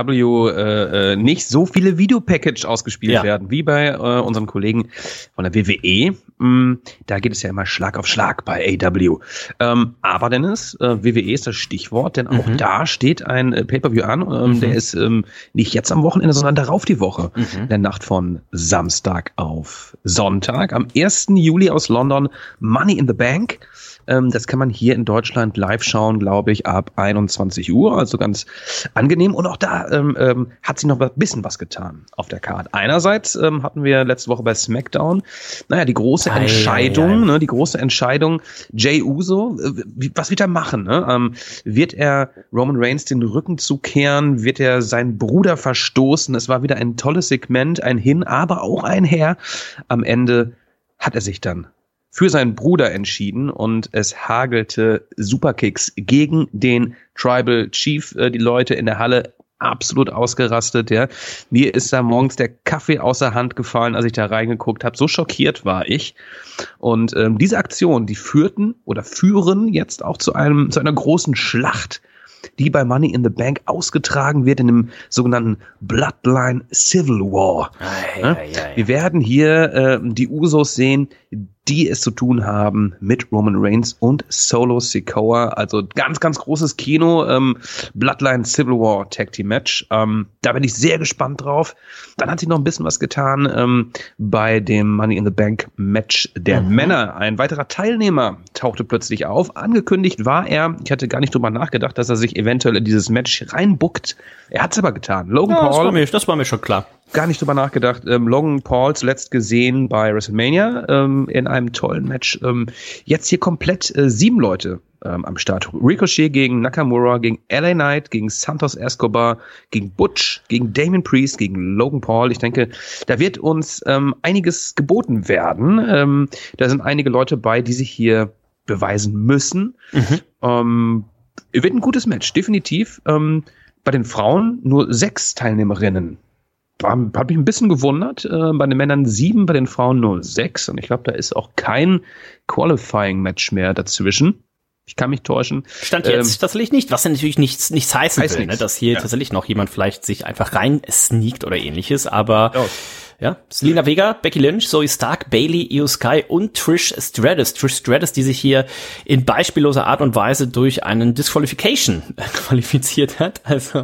AEW nicht so viele Videopackage ausgespielt werden, wie bei unseren Kollegen von der WWE. Da geht es ja immer Schlag auf Schlag bei AEW. Aber Dennis, WWE ist das Stichwort, denn auch da steht ein Pay-Per-View an. Der ist nicht jetzt am Wochenende, sondern darauf die Woche. In der Nacht von Samstag auf Sonntag. Am 1. Juli aus London, Money in the Bank. Das kann man hier in Deutschland live schauen, glaube ich, ab 21 Uhr. Also ganz angenehm. Und auch da hat sich noch ein bisschen was getan auf der Karte. Einerseits hatten wir letzte Woche bei SmackDown, die große Entscheidung, ne, die große Entscheidung, Jey Uso, was wird er machen? Ne? Wird er Roman Reigns den Rücken zukehren? Wird er seinen Bruder verstoßen? Es war wieder ein tolles Segment, ein Hin, aber auch ein Her. Am Ende hat er sich dann für seinen Bruder entschieden und es hagelte Superkicks gegen den Tribal Chief. Die Leute in der Halle absolut ausgerastet. Ja. Mir ist da morgens der Kaffee aus der Hand gefallen, als ich da reingeguckt habe. So schockiert war ich. Und diese Aktion, die führen jetzt auch zu einer großen Schlacht, die bei Money in the Bank ausgetragen wird in dem sogenannten Bloodline Civil War. Wir werden hier die Usos sehen, die es zu tun haben mit Roman Reigns und Solo Sikoa. Also ganz, ganz großes Kino. Bloodline Civil War Tag Team Match. Da bin ich sehr gespannt drauf. Dann hat sich noch ein bisschen was getan bei dem Money in the Bank Match der Männer. Ein weiterer Teilnehmer tauchte plötzlich auf. Angekündigt war er, ich hatte gar nicht drüber nachgedacht, dass er sich eventuell in dieses Match reinbuckt. Er hat es aber getan. Logan Paul. Das war mir schon klar. Gar nicht drüber nachgedacht. Logan Paul zuletzt gesehen bei WrestleMania in einem tollen Match. Jetzt hier komplett 7 Leute am Start. Ricochet gegen Nakamura, gegen LA Knight, gegen Santos Escobar, gegen Butch, gegen Damien Priest, gegen Logan Paul. Ich denke, da wird uns einiges geboten werden. Da sind einige Leute bei, die sich hier beweisen müssen. Wird ein gutes Match, definitiv. Bei den Frauen nur 6 Teilnehmerinnen. Hat mich ein bisschen gewundert. Bei den Männern 7, bei den Frauen nur 6. Und ich glaube, da ist auch kein Qualifying-Match mehr dazwischen. Ich kann mich täuschen. Stand jetzt tatsächlich nicht, was ja natürlich nichts heißen will, ne? Dass hier tatsächlich noch jemand vielleicht sich einfach rein sneakt oder ähnliches. Aber Zelina Vega, Becky Lynch, Zoe Stark, Bayley, Io Sky und Trish Stratus. Trish Stratus, die sich hier in beispielloser Art und Weise durch einen Disqualification qualifiziert hat. Also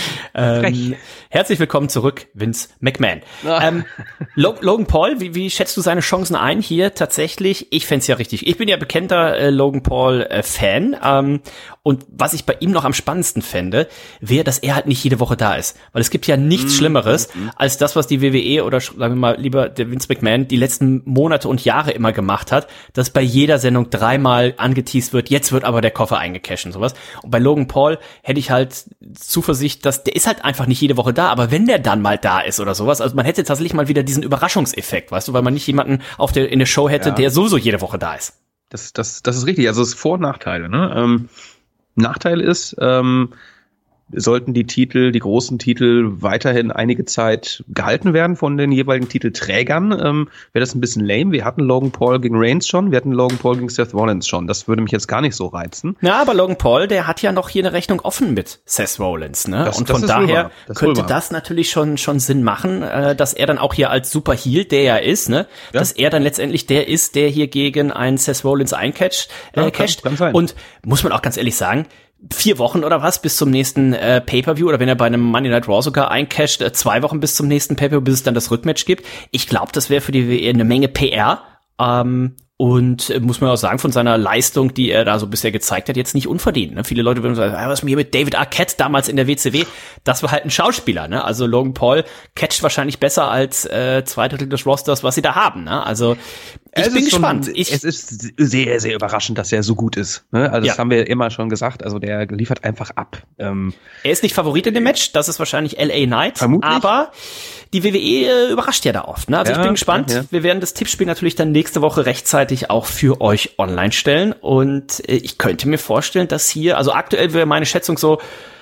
herzlich willkommen zurück, Vince McMahon. Logan Paul, wie schätzt du seine Chancen ein hier tatsächlich? Ich fänd's ja richtig. Ich bin ja bekannter Logan Paul Fan. Und was ich bei ihm noch am spannendsten fände, wäre, dass er halt nicht jede Woche da ist. Weil es gibt ja nichts Schlimmeres als das, was die WWE oder sagen wir mal lieber der Vince McMahon die letzten Monate und Jahre immer gemacht hat, dass bei jeder Sendung 3-mal angeteased wird, jetzt wird aber der Koffer eingecasht und sowas. Und bei Logan Paul hätte ich halt Zuversicht, dass der ist halt einfach nicht jede Woche da, aber wenn der dann mal da ist oder sowas, also man hätte tatsächlich mal wieder diesen Überraschungseffekt, weißt du, weil man nicht jemanden in der Show hätte, der sowieso jede Woche da ist. Das ist richtig, also es ist Vor- und Nachteile, ne? Nachteil ist, sollten die großen Titel weiterhin einige Zeit gehalten werden von den jeweiligen Titelträgern, wäre das ein bisschen lame. Wir hatten Logan Paul gegen Reigns schon, wir hatten Logan Paul gegen Seth Rollins schon. Das würde mich jetzt gar nicht so reizen. Ja, aber Logan Paul, der hat ja noch hier eine Rechnung offen mit Seth Rollins, ne? Und von daher könnte das natürlich schon Sinn machen, dass er dann auch hier als Super Heel, der er ist, ne? Ja. Dass er dann letztendlich der ist, der hier gegen einen Seth Rollins eincasht. Kann sein. Und muss man auch ganz ehrlich sagen, 4 Wochen oder was bis zum nächsten Pay-Per-View, oder wenn er bei einem Monday Night Raw sogar eincasht, 2 Wochen bis zum nächsten Pay-Per-View, bis es dann das Rückmatch gibt. Ich glaube, das wäre für die WWE eine Menge PR. Und muss man auch sagen, von seiner Leistung, die er da so bisher gezeigt hat, jetzt nicht unverdient. Ne? Viele Leute würden sagen, was ist mir hier mit David Arquette damals in der WCW? Das war halt ein Schauspieler. Ne? Also Logan Paul catcht wahrscheinlich besser als 2/3 des Rosters, was sie da haben. Ne? Also ich bin gespannt. Es ist sehr, sehr überraschend, dass er so gut ist. Ne? Also das haben wir immer schon gesagt. Also der liefert einfach ab. Er ist nicht Favorit in dem Match. Das ist wahrscheinlich LA Knight. Vermutlich. Aber die WWE überrascht ja da oft. Ne? Also ich bin gespannt. Ja. Wir werden das Tippspiel natürlich dann nächste Woche rechtzeitig auch für euch online stellen. Und ich könnte mir vorstellen, dass hier, also aktuell wäre meine Schätzung so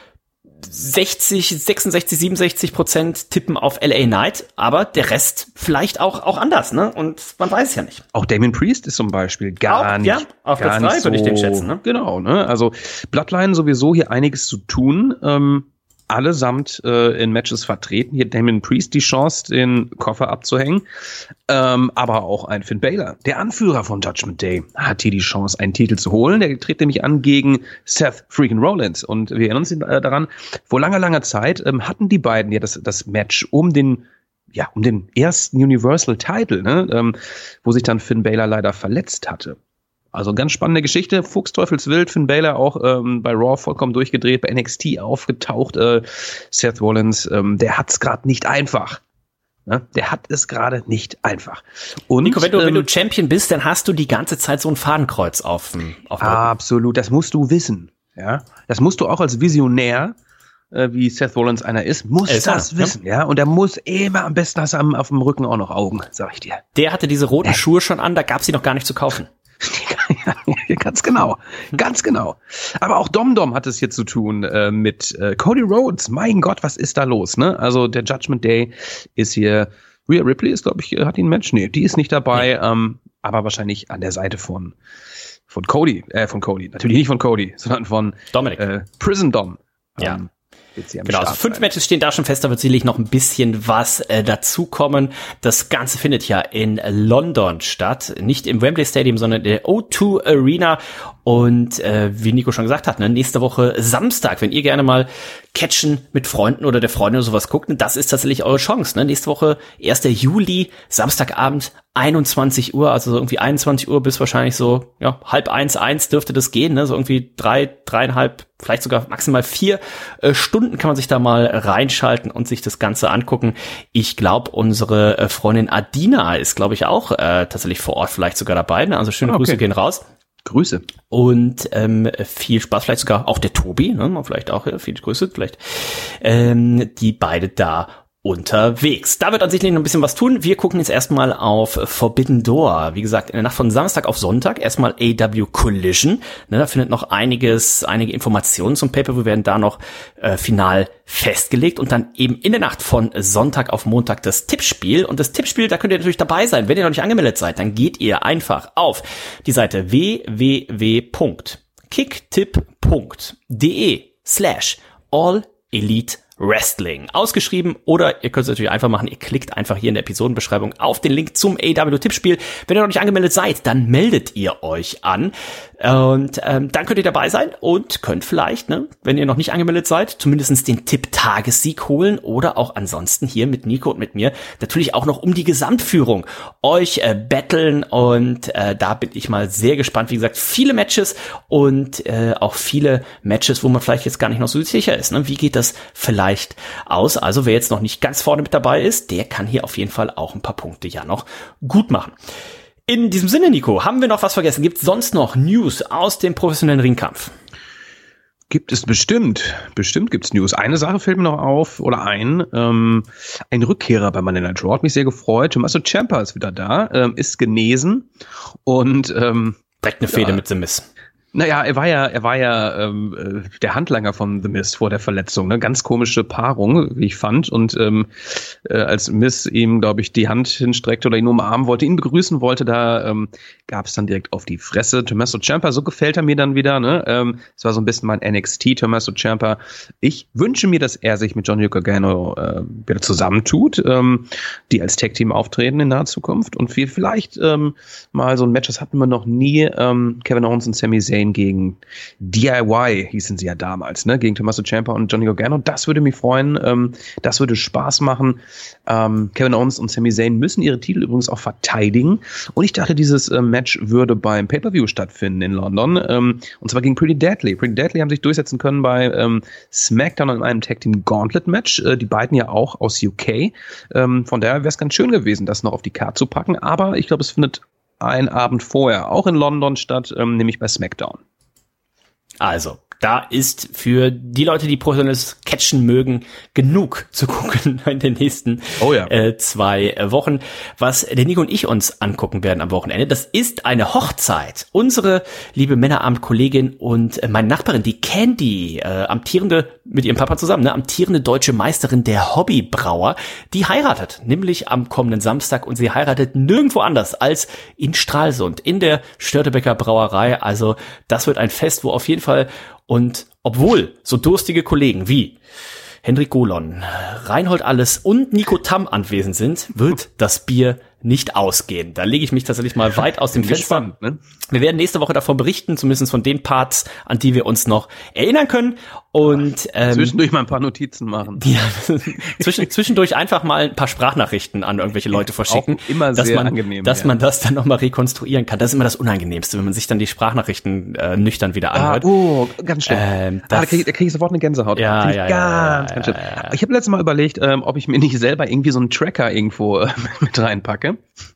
66-67% tippen auf LA Knight, aber der Rest vielleicht auch anders, ne? Und man weiß es ja nicht. Auch Damien Priest ist zum Beispiel gar nicht. Ja, auf Platz 3 würde ich den schätzen, ne? Genau, ne? Also Bloodline sowieso hier einiges zu tun. Allesamt in Matches vertreten. Hier Damien Priest die Chance, den Koffer abzuhängen. Aber auch ein Finn Balor, der Anführer von Judgment Day, hat hier die Chance, einen Titel zu holen. Der tritt nämlich an gegen Seth freaking Rollins. Und wir erinnern uns daran, vor langer Zeit hatten die beiden ja das Match um den ersten Universal Title, ne? Wo sich dann Finn Balor leider verletzt hatte. Also ganz spannende Geschichte. Fuchsteufelswild, Finn Balor auch bei Raw vollkommen durchgedreht, bei NXT aufgetaucht. Seth Rollins, der hat's gerade nicht einfach. Ne? Der hat es gerade nicht einfach. Und Nico, wenn du Champion bist, dann hast du die ganze Zeit so ein Fadenkreuz auf dem Absolut, das musst du wissen. Ja, das musst du auch als Visionär, wie Seth Rollins einer ist, das wissen, ja. Und er muss immer am besten auf dem Rücken auch noch Augen, sag ich dir. Der hatte diese roten Schuhe schon an, da gab's sie noch gar nicht zu kaufen. Ja, ganz genau. Aber auch Dom hat es hier zu tun mit Cody Rhodes. Mein Gott, was ist da los? Ne? Also der Judgment Day ist hier. Rhea Ripley ist, glaube ich, hat die ein Match? Nee, die ist nicht dabei, aber wahrscheinlich an der Seite von Cody. Natürlich nicht von Cody, sondern von Dominic. Prison Dom. Ja. Genau, also 5 Matches stehen da schon fest, da wird sicherlich noch ein bisschen was dazukommen. Das Ganze findet ja in London statt, nicht im Wembley Stadium, sondern in der O2 Arena. Und wie Nico schon gesagt hat, ne, nächste Woche Samstag, wenn ihr gerne mal Catchen mit Freunden oder der Freundin oder sowas guckt, ne, das ist tatsächlich eure Chance. Ne? Nächste Woche 1. Juli, Samstagabend, 21 Uhr, also so irgendwie 21 Uhr bis wahrscheinlich so 12:30 dürfte das gehen. Ne? So irgendwie 3,5, vielleicht sogar maximal 4 Stunden kann man sich da mal reinschalten und sich das Ganze angucken. Ich glaube, unsere Freundin Adina ist, glaube ich, auch tatsächlich vor Ort vielleicht sogar dabei. Ne? Also schöne Grüße gehen raus. Grüße. Und viel Spaß, vielleicht sogar auch der Tobi, ne? Vielleicht auch, viele Grüße, vielleicht die beide da unterwegs. Da wird an sich noch ein bisschen was tun. Wir gucken jetzt erstmal auf Forbidden Door. Wie gesagt, in der Nacht von Samstag auf Sonntag erstmal AEW Collision. Ne, da findet noch einige Informationen zum Pay-Per-View werden da noch final festgelegt und dann eben in der Nacht von Sonntag auf Montag das Tippspiel. Und das Tippspiel, da könnt ihr natürlich dabei sein. Wenn ihr noch nicht angemeldet seid, dann geht ihr einfach auf die Seite www.kicktipp.de/All-Elite Wrestling. Ausgeschrieben, oder ihr könnt es natürlich einfach machen, ihr klickt einfach hier in der Episodenbeschreibung auf den Link zum AEW-Tippspiel. Wenn ihr noch nicht angemeldet seid, dann meldet ihr euch an. Und dann könnt ihr dabei sein und könnt vielleicht, ne, wenn ihr noch nicht angemeldet seid, zumindest den Tipp-Tagessieg holen oder auch ansonsten hier mit Nico und mit mir natürlich auch noch um die Gesamtführung euch battlen. Und da bin ich mal sehr gespannt. Wie gesagt, viele Matches und auch viele Matches, wo man vielleicht jetzt gar nicht noch so sicher ist. Ne? Wie geht das vielleicht aus? Also wer jetzt noch nicht ganz vorne mit dabei ist, der kann hier auf jeden Fall auch ein paar Punkte ja noch gut machen. In diesem Sinne, Nico, haben wir noch was vergessen? Gibt es sonst noch News aus dem professionellen Ringkampf? Gibt es bestimmt. Bestimmt gibt es News. Eine Sache fällt mir noch auf, oder ein Rückkehrer bei Monday Night Raw, hat mich sehr gefreut. Tommaso Ciampa ist wieder da, ist genesen und direkt eine Fehde mit The Miz. Naja, er war ja der Handlanger von The Miz vor der Verletzung. Ne? Ganz komische Paarung, wie ich fand. Und als Miz ihm, glaube ich, die Hand hinstreckte oder ihn umarmen wollte, ihn begrüßen wollte, da gab es dann direkt auf die Fresse. Tommaso Ciampa, so gefällt er mir dann wieder. Ne? Es war so ein bisschen mein NXT Tommaso Ciampa. Ich wünsche mir, dass er sich mit Johnny Gargano wieder zusammentut, die als Tag-Team auftreten in naher Zukunft. Und vielleicht mal so ein Match, das hatten wir noch nie, Kevin Owens und Sami Zayn gegen DIY, hießen sie ja damals, ne, gegen Tommaso Ciampa und Johnny Gargano. Das würde mich freuen, das würde Spaß machen. Kevin Owens und Sami Zayn müssen ihre Titel übrigens auch verteidigen. Und ich dachte, dieses Match würde beim Pay-Per-View stattfinden in London, und zwar gegen Pretty Deadly. Pretty Deadly haben sich durchsetzen können bei SmackDown in einem Tag-Team Gauntlet-Match. Die beiden ja auch aus UK. Von daher wäre es ganz schön gewesen, das noch auf die Karte zu packen. Aber ich glaube, es findet ein Abend vorher auch in London statt, nämlich bei SmackDown. Also, da ist für die Leute, die professionelles Catchen mögen, genug zu gucken in den nächsten 2 Wochen. Was der Nico und ich uns angucken werden am Wochenende, das ist eine Hochzeit. Unsere liebe Männerabend-Kollegin und meine Nachbarin, die Candy, amtierende, mit ihrem Papa zusammen, ne, amtierende deutsche Meisterin der Hobbybrauer, die heiratet, nämlich am kommenden Samstag, und sie heiratet nirgendwo anders als in Stralsund, in der Störtebeker Brauerei. Also das wird ein Fest, wo auf jeden Fall, und obwohl so durstige Kollegen wie Hendrik Golon, Reinhold Alles und Nico Tamm anwesend sind, wird das Bier nicht ausgehen. Da lege ich mich tatsächlich mal weit aus dem Fenster. Spannend, ne? Wir werden nächste Woche davon berichten, zumindest von den Parts, an die wir uns noch erinnern können. Und zwischendurch mal ein paar Notizen machen. Ja, zwischendurch einfach mal ein paar Sprachnachrichten an irgendwelche Leute verschicken. Auch immer sehr angenehm. Dass man das dann nochmal rekonstruieren kann. Das ist immer das Unangenehmste, wenn man sich dann die Sprachnachrichten nüchtern wieder anhört. Ganz schlimm. Da krieg ich sofort eine Gänsehaut. Ganz schlimm. Ich habe letztes Mal überlegt, ob ich mir nicht selber irgendwie so einen Tracker irgendwo mit reinpacke.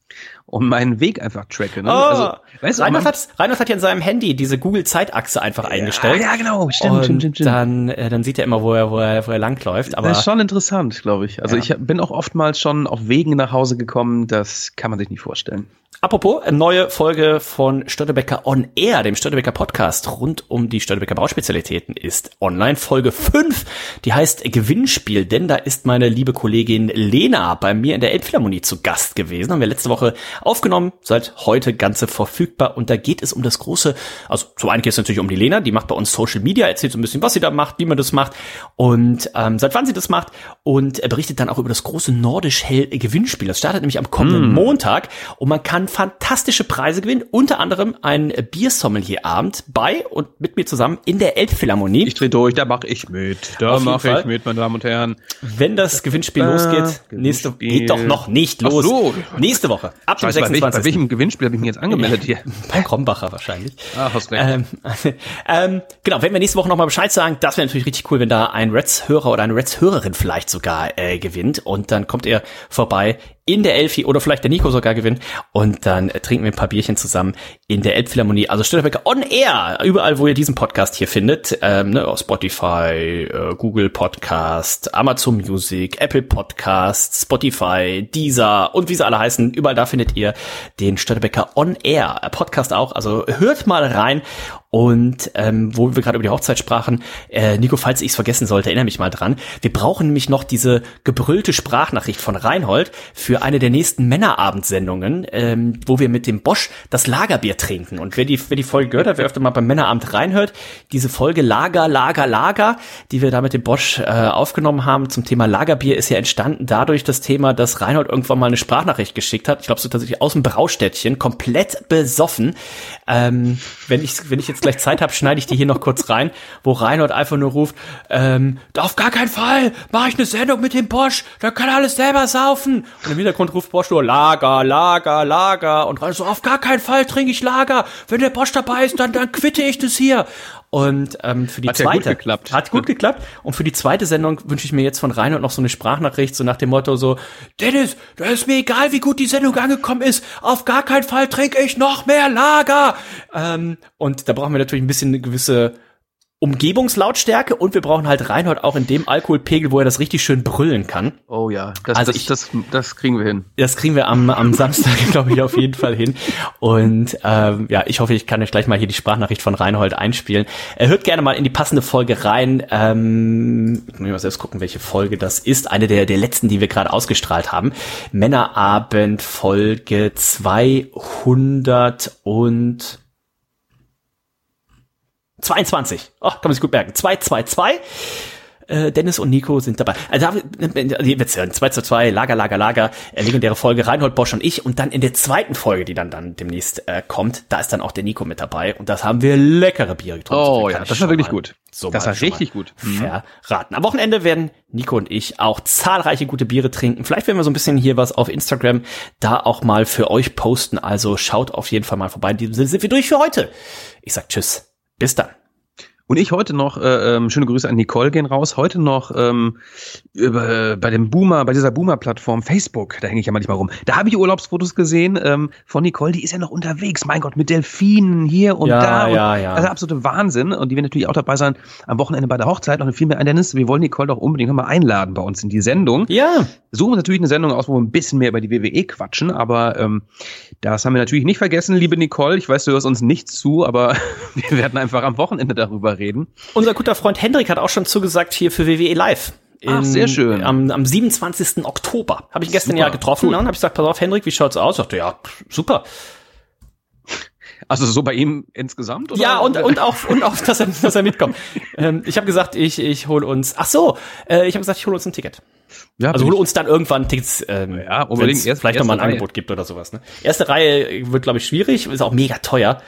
Und meinen Weg einfach tracke. Ne? Also, weißt du, Reinhold hat ja in seinem Handy diese Google-Zeitachse einfach eingestellt. Ja, genau. Stimmt. Dann sieht er immer, wo er langläuft. Aber das ist schon interessant, glaube ich. Also ich bin auch oftmals schon auf Wegen nach Hause gekommen, das kann man sich nicht vorstellen. Apropos, neue Folge von Störtebeker On Air, dem Störtebeker Podcast rund um die Störtebeker Brauspezialitäten, ist online. Folge 5, die heißt Gewinnspiel, denn da ist meine liebe Kollegin Lena bei mir in der Elbphilharmonie zu Gast gewesen. Haben wir letzte Woche aufgenommen, seit heute Ganze verfügbar, und da geht es um das große, also zum einen geht es natürlich um die Lena, die macht bei uns Social Media, erzählt so ein bisschen, was sie da macht, wie man das macht und seit wann sie das macht, und berichtet dann auch über das große Nordisch Hell Gewinnspiel. Das startet nämlich am kommenden Montag, und man kann fantastische Preise gewinnen, unter anderem ein Biersommelier-Abend bei und mit mir zusammen in der Elbphilharmonie. Ich dreh durch, da mache ich mit, meine Damen und Herren. Wenn das Gewinnspiel losgeht, geht doch noch nicht los. Ach so. Nächste Woche, ab dem 26. Bei welchem Gewinnspiel habe ich mich jetzt angemeldet hier? Bei Krombacher wahrscheinlich. Hast recht. Genau, wenn wir nächste Woche nochmal Bescheid sagen, das wäre natürlich richtig cool, wenn da ein Reds-Hörer oder eine Reds-Hörerin vielleicht sogar gewinnt, und dann kommt ihr vorbei in der Elfi, oder vielleicht der Nico sogar gewinnt, und dann trinken wir ein paar Bierchen zusammen in der Elbphilharmonie. Also Störtebeker On Air, überall, wo ihr diesen Podcast hier findet, Spotify, Google Podcast, Amazon Music, Apple Podcast, Spotify, Deezer und wie sie alle heißen, überall da findet ihr den Störtebeker On Air Podcast auch. Also hört mal rein. Und wo wir gerade über die Hochzeit sprachen, Nico, falls ich es vergessen sollte, erinnere mich mal dran. Wir brauchen nämlich noch diese gebrüllte Sprachnachricht von Reinhold für eine der nächsten Männerabendsendungen, wo wir mit dem Bosch das Lagerbier trinken. Und wer die Folge gehört hat, wer öfter mal beim Männerabend reinhört, diese Folge Lager, die wir da mit dem Bosch aufgenommen haben zum Thema Lagerbier, ist ja entstanden dadurch das Thema, dass Reinhold irgendwann mal eine Sprachnachricht geschickt hat. Ich glaube so tatsächlich aus dem Braustädtchen, komplett besoffen. Wenn ich jetzt gleich Zeit habe, schneide ich die hier noch kurz rein, wo Reinhold einfach nur ruft, auf gar keinen Fall mache ich eine Sendung mit dem Bosch, da kann er alles selber saufen. Und im Hintergrund ruft Bosch nur Lager. Und Reinhold so, auf gar keinen Fall trinke ich Lager. Wenn der Bosch dabei ist, dann quitte ich das hier. Und für die zweite hat gut geklappt. Und für die zweite Sendung wünsche ich mir jetzt von Reinhold noch so eine Sprachnachricht, so nach dem Motto so, Dennis, da ist mir egal, wie gut die Sendung angekommen ist, auf gar keinen Fall trinke ich noch mehr Lager. Und da brauchen wir natürlich ein bisschen eine gewisse Umgebungslautstärke und wir brauchen halt Reinhold auch in dem Alkoholpegel, wo er das richtig schön brüllen kann. Oh ja, das kriegen wir hin. Das kriegen wir am Samstag, glaube ich, auf jeden Fall hin. Und ich hoffe, ich kann euch gleich mal hier die Sprachnachricht von Reinhold einspielen. Hört gerne mal in die passende Folge rein. Ich muss mal selbst gucken, welche Folge das ist. Eine der letzten, die wir gerade ausgestrahlt haben. Männerabend Folge 222. Oh, kann man sich gut merken. 222. Dennis und Nico sind dabei. Also, ihr wird's hören. 222, Lager. Legendäre Folge, Reinhold, Bosch und ich. Und dann in der zweiten Folge, die dann demnächst kommt, da ist dann auch der Nico mit dabei. Und das haben wir leckere Biere getrunken. Oh ja, das war wirklich gut. Das war richtig gut. Verraten. Am Wochenende werden Nico und ich auch zahlreiche gute Biere trinken. Vielleicht werden wir so ein bisschen hier was auf Instagram da auch mal für euch posten. Also schaut auf jeden Fall mal vorbei. In diesem Sinne sind wir durch für heute. Ich sag tschüss. Bis dann. Und ich heute noch, schöne Grüße an Nicole gehen raus, heute noch bei dieser Boomer-Plattform Facebook, da hänge ich ja manchmal rum. Da habe ich Urlaubsfotos gesehen von Nicole, die ist ja noch unterwegs, mein Gott, mit Delfinen hier und da. Ja. Also absolute Wahnsinn. Und die werden natürlich auch dabei sein am Wochenende bei der Hochzeit. Und viel mehr an Dennis, wir wollen Nicole doch unbedingt nochmal einladen bei uns in die Sendung. Ja. Suchen wir natürlich eine Sendung aus, wo wir ein bisschen mehr über die WWE quatschen, aber das haben wir natürlich nicht vergessen, liebe Nicole. Ich weiß, du hörst uns nicht zu, aber wir werden einfach am Wochenende darüber reden. Unser guter Freund Hendrik hat auch schon zugesagt hier für WWE Live. Sehr schön. Am 27. Oktober. Habe ich gestern ja getroffen. Cool. Dann habe ich gesagt, pass auf, Hendrik, wie schaut's aus? Sagte, ja, super. Also so bei ihm insgesamt? Oder? Ja, und auch, dass er mitkommt. Ich habe gesagt, ich hole uns, ich habe gesagt, ich hole uns ein Ticket. Ja, also hole uns dann irgendwann Tickets, unbedingt vielleicht nochmal ein Angebot gibt oder sowas. Ne? Erste Reihe wird, glaube ich, schwierig, ist auch mega teuer.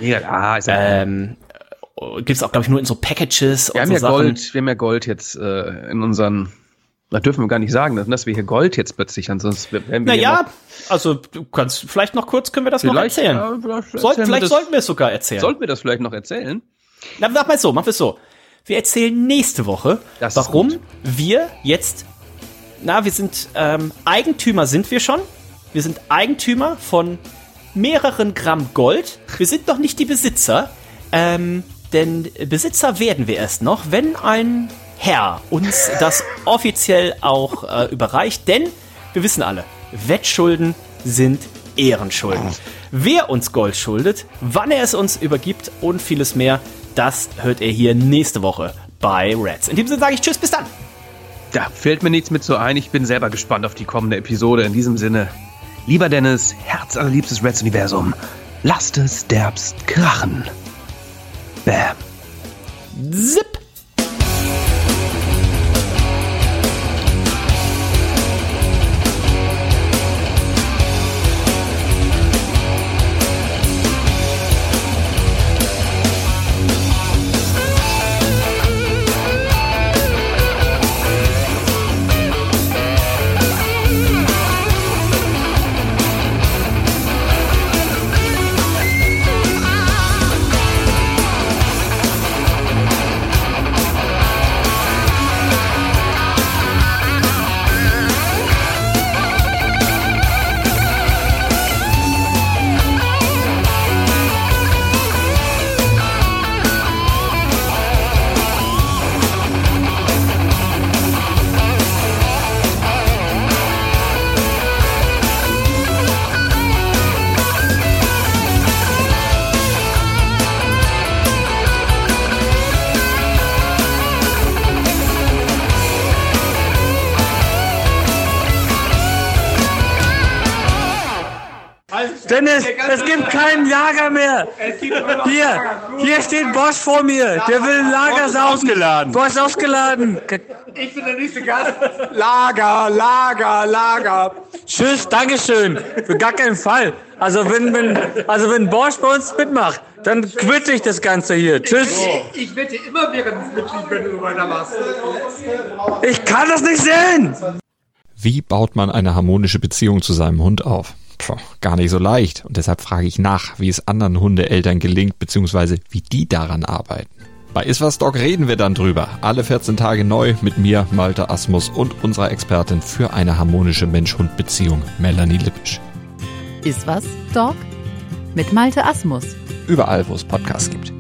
Gibt's auch, glaube ich, nur in so Packages und so Sachen. Wir haben ja Gold jetzt in unseren, da dürfen wir gar nicht sagen, dass wir hier Gold jetzt plötzlich haben, sonst werden wir also du kannst vielleicht noch kurz, können wir das noch erzählen? Ja, sollten wir es sogar erzählen. Sollten wir das vielleicht noch erzählen? Na, machen wir es so. Wir erzählen nächste Woche, warum wir jetzt, wir sind Eigentümer sind wir schon. Wir sind Eigentümer von mehreren Gramm Gold. Wir sind noch nicht die Besitzer, denn Besitzer werden wir erst noch, wenn ein Herr uns das offiziell auch überreicht. Denn wir wissen alle, Wettschulden sind Ehrenschulden. Wer uns Gold schuldet, wann er es uns übergibt und vieles mehr, das hört ihr hier nächste Woche bei Reds. In diesem Sinne sage ich tschüss, bis dann. Da fällt mir nichts mit so ein. Ich bin selber gespannt auf die kommende Episode. In diesem Sinne, lieber Dennis, herzallerliebstes Reds-Universum, lasst es derbst krachen. Bam. Zip. Dennis, es gibt kein Lager mehr. Hier steht Bosch vor mir. Der will ein Lager saufen. Bosch ist ausgeladen. Ich bin der nächste Gast. Lager. Tschüss, Dankeschön. Für gar keinen Fall. Also wenn Bosch bei uns mitmacht, dann quitte ich das Ganze hier. Tschüss. Ich wette immer während des Mitglied, wenn du so weiter machst. Ich kann das nicht sehen. Wie baut man eine harmonische Beziehung zu seinem Hund auf? Gar nicht so leicht. Und deshalb frage ich nach, wie es anderen Hundeeltern gelingt, beziehungsweise wie die daran arbeiten. Bei Iswas Dog reden wir dann drüber. Alle 14 Tage neu mit mir, Malte Asmus und unserer Expertin für eine harmonische Mensch-Hund-Beziehung, Melanie Lippisch. Iswas Dog mit Malte Asmus. Überall, wo es Podcasts gibt.